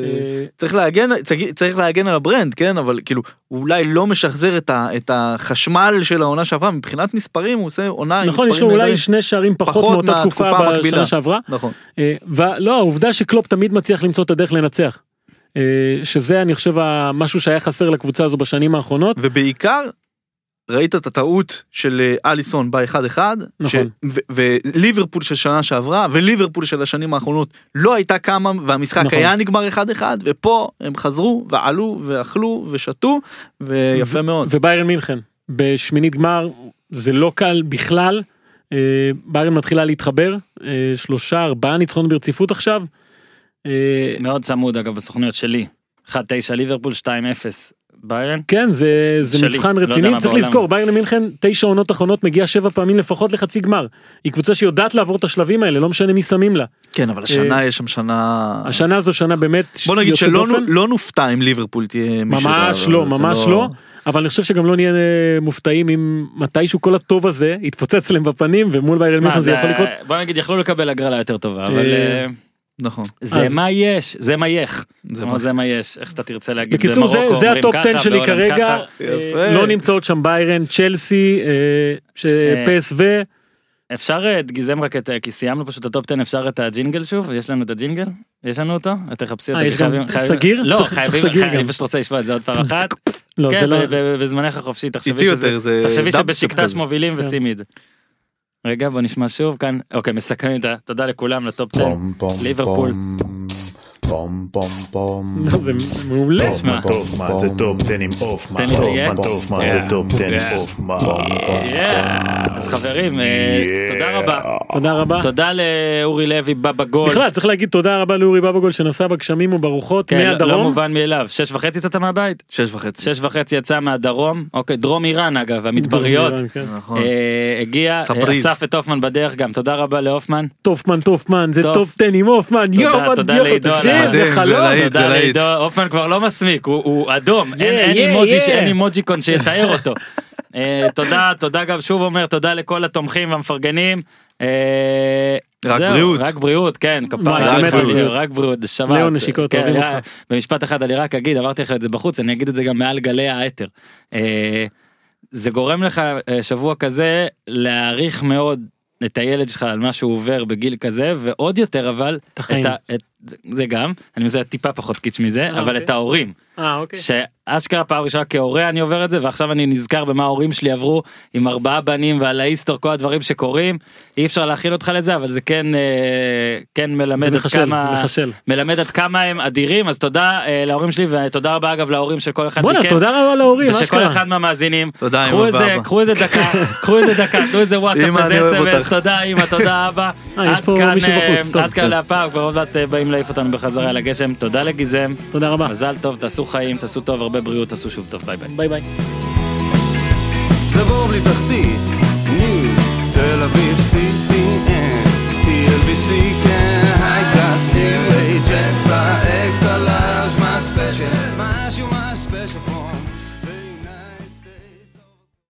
צריך להגן על הברנד, כן? אבל כאילו, הוא אולי לא משחזר את החשמל של העונה שעברה, מבחינת מספרים הוא עושה עונה עם מספרים
נכון, יש לו אולי 2 שערים פחות מאותה תקופה בשנה שעברה.
נכון.
ולא, העובדה שקלופ תמיד מצליח למצוא את הדרך לנצח. שזה אני חושב משהו שהיה חסר לקבוצה הזו בשנים האחרונות.
ובעיקר, ראית את הטעות של אליסון ב-1-1,
נכון.
וליברפול של שנה שעברה, וליברפול של השנים האחרונות לא הייתה קמה, והמשחק
נכון.
היה נגמר 1-1, ופה הם חזרו ועלו ואכלו ושתו, ויפה מאוד.
וביירן מינכן, בשמינית גמר, זה לא קל בכלל, ביירן מתחילה להתחבר, 3-4 ניצחון ברציפות עכשיו.
מאוד צמוד אגב בסוכניות שלי, 1-9 ליברפול, 2-0 ביירן.
כן, זה מבחן רציני, צריך לזכור, ביירן מינכן 9 עונות אחרונות מגיע 7 פעמים לפחות לחצי גמר. היא קבוצה שיודעת לעבור את השלבים האלה, לא משנה מי שמים לה.
כן, אבל השנה יש שם שנה...
השנה זו שנה באמת...
בוא נגיד שלא נופתע אם ליברפול תהיה
ממש לא, ממש לא. אבל אני חושב שגם לא נהיה מופתעים אם מתישהו כל הטוב הזה יתפוצץ להם בפנים, ומול ביירן מינכן זה יכול לקרות.
בוא נגיד, יכלו לקבל הגרלה יותר טובה, אבל...
נכון.
זה מה יש, זה מה יש. זה מה יש, איך שאתה תרצה להגיד.
בקיצור, זה הטופ 10 שלי כרגע, לא נמצאות שם ביירן, צ'לסי, PSV.
אפשר גיזם רק את, כי סיימנו פשוט את הטופ 10, אפשר את הג'ינגל שוב? יש לנו את הג'ינגל? יש לנו אותו? תחפשי אותו.
יש גם סגיר?
לא, אני פשוט רוצה לשמוע את זה עוד פעם אחת. כן, בזמנך החופשי, תחשבי שבשקטש מובילים ושימי את זה. רגע, בוא נשמע שוב כאן. אוקיי, מסכמים את תודה לכולם לטופ 10. ליברפול.
זה מעולה.
טופמן, זה טופ 10 עם אופמן. טופמן, זה טופ 10 עם אופמן.
אז חברים, תודה רבה.
תודה רבה.
תודה לאורי לוי בבגול.
בכלל, צריך להגיד תודה רבה לאורי בבגול שנסע בגשמים וברוחות מהדרום.
לא מובן מאליו. 6:30 יצאת מהבית?
6:30.
6:30 יצא מהדרום. אוקיי, דרום איראן אגב, המדבריות. הגיע, אסף את אופמן בדרך גם. תודה רבה לאופמן.
טופמן, זה טופ 10 עם אופמן.
תודה לעידו.
זה חלום.
תודה לעידו.
אופן כבר לא מסמיק, הוא אדום, אין אימוג'יקון שיתאר אותו. תודה גם שוב אומר, תודה לכל התומכים והמפרגנים. רק בריאות, כן, רק בריאות, שבת.
לאו נשיקות, אוהבים אותך.
במשפט אחד אני רק אגיד, עברתי לך את זה בחוץ, אני אגיד את זה גם מעל גלי האתר. זה גורם לך שבוע כזה להעריך מאוד את הילד שלך על מה שהוא עובר בגיל כזה, ועוד יותר אבל, זה גם, אני מזהה טיפה פחות קיץ' מזה, אבל את ההורים. שאשכרה פעם ראשונה כהורה אני עובר את זה, ועכשיו אני נזכר במה ההורים שלי עברו, עם 4 בנים ועל האיסטור, כל הדברים שקורים, אי אפשר להכיל אותך לזה, אבל זה כן מלמד עד כמה הם אדירים, אז תודה להורים שלי, ותודה רבה אגב להורים של כל אחד מכם.
תודה רבה להורים,
ושכל אחד מהמאזינים.
תודה אמא.
קחו איזה דקה, תנו איזה וואטסאפ, איזה SMS, תודה אמא, תודה אבא. עד כאן להפעם, כבר עוד מעט באים להעיף אותנו בחזרה לגשם, תודה לגיזם.
תודה רבה.
מזל טוב, תעשו חיים, תעשו טוב, הרבה בריאות, תעשו שוב טוב, ביי ביי.
ביי ביי.
זה בור בלי תחתית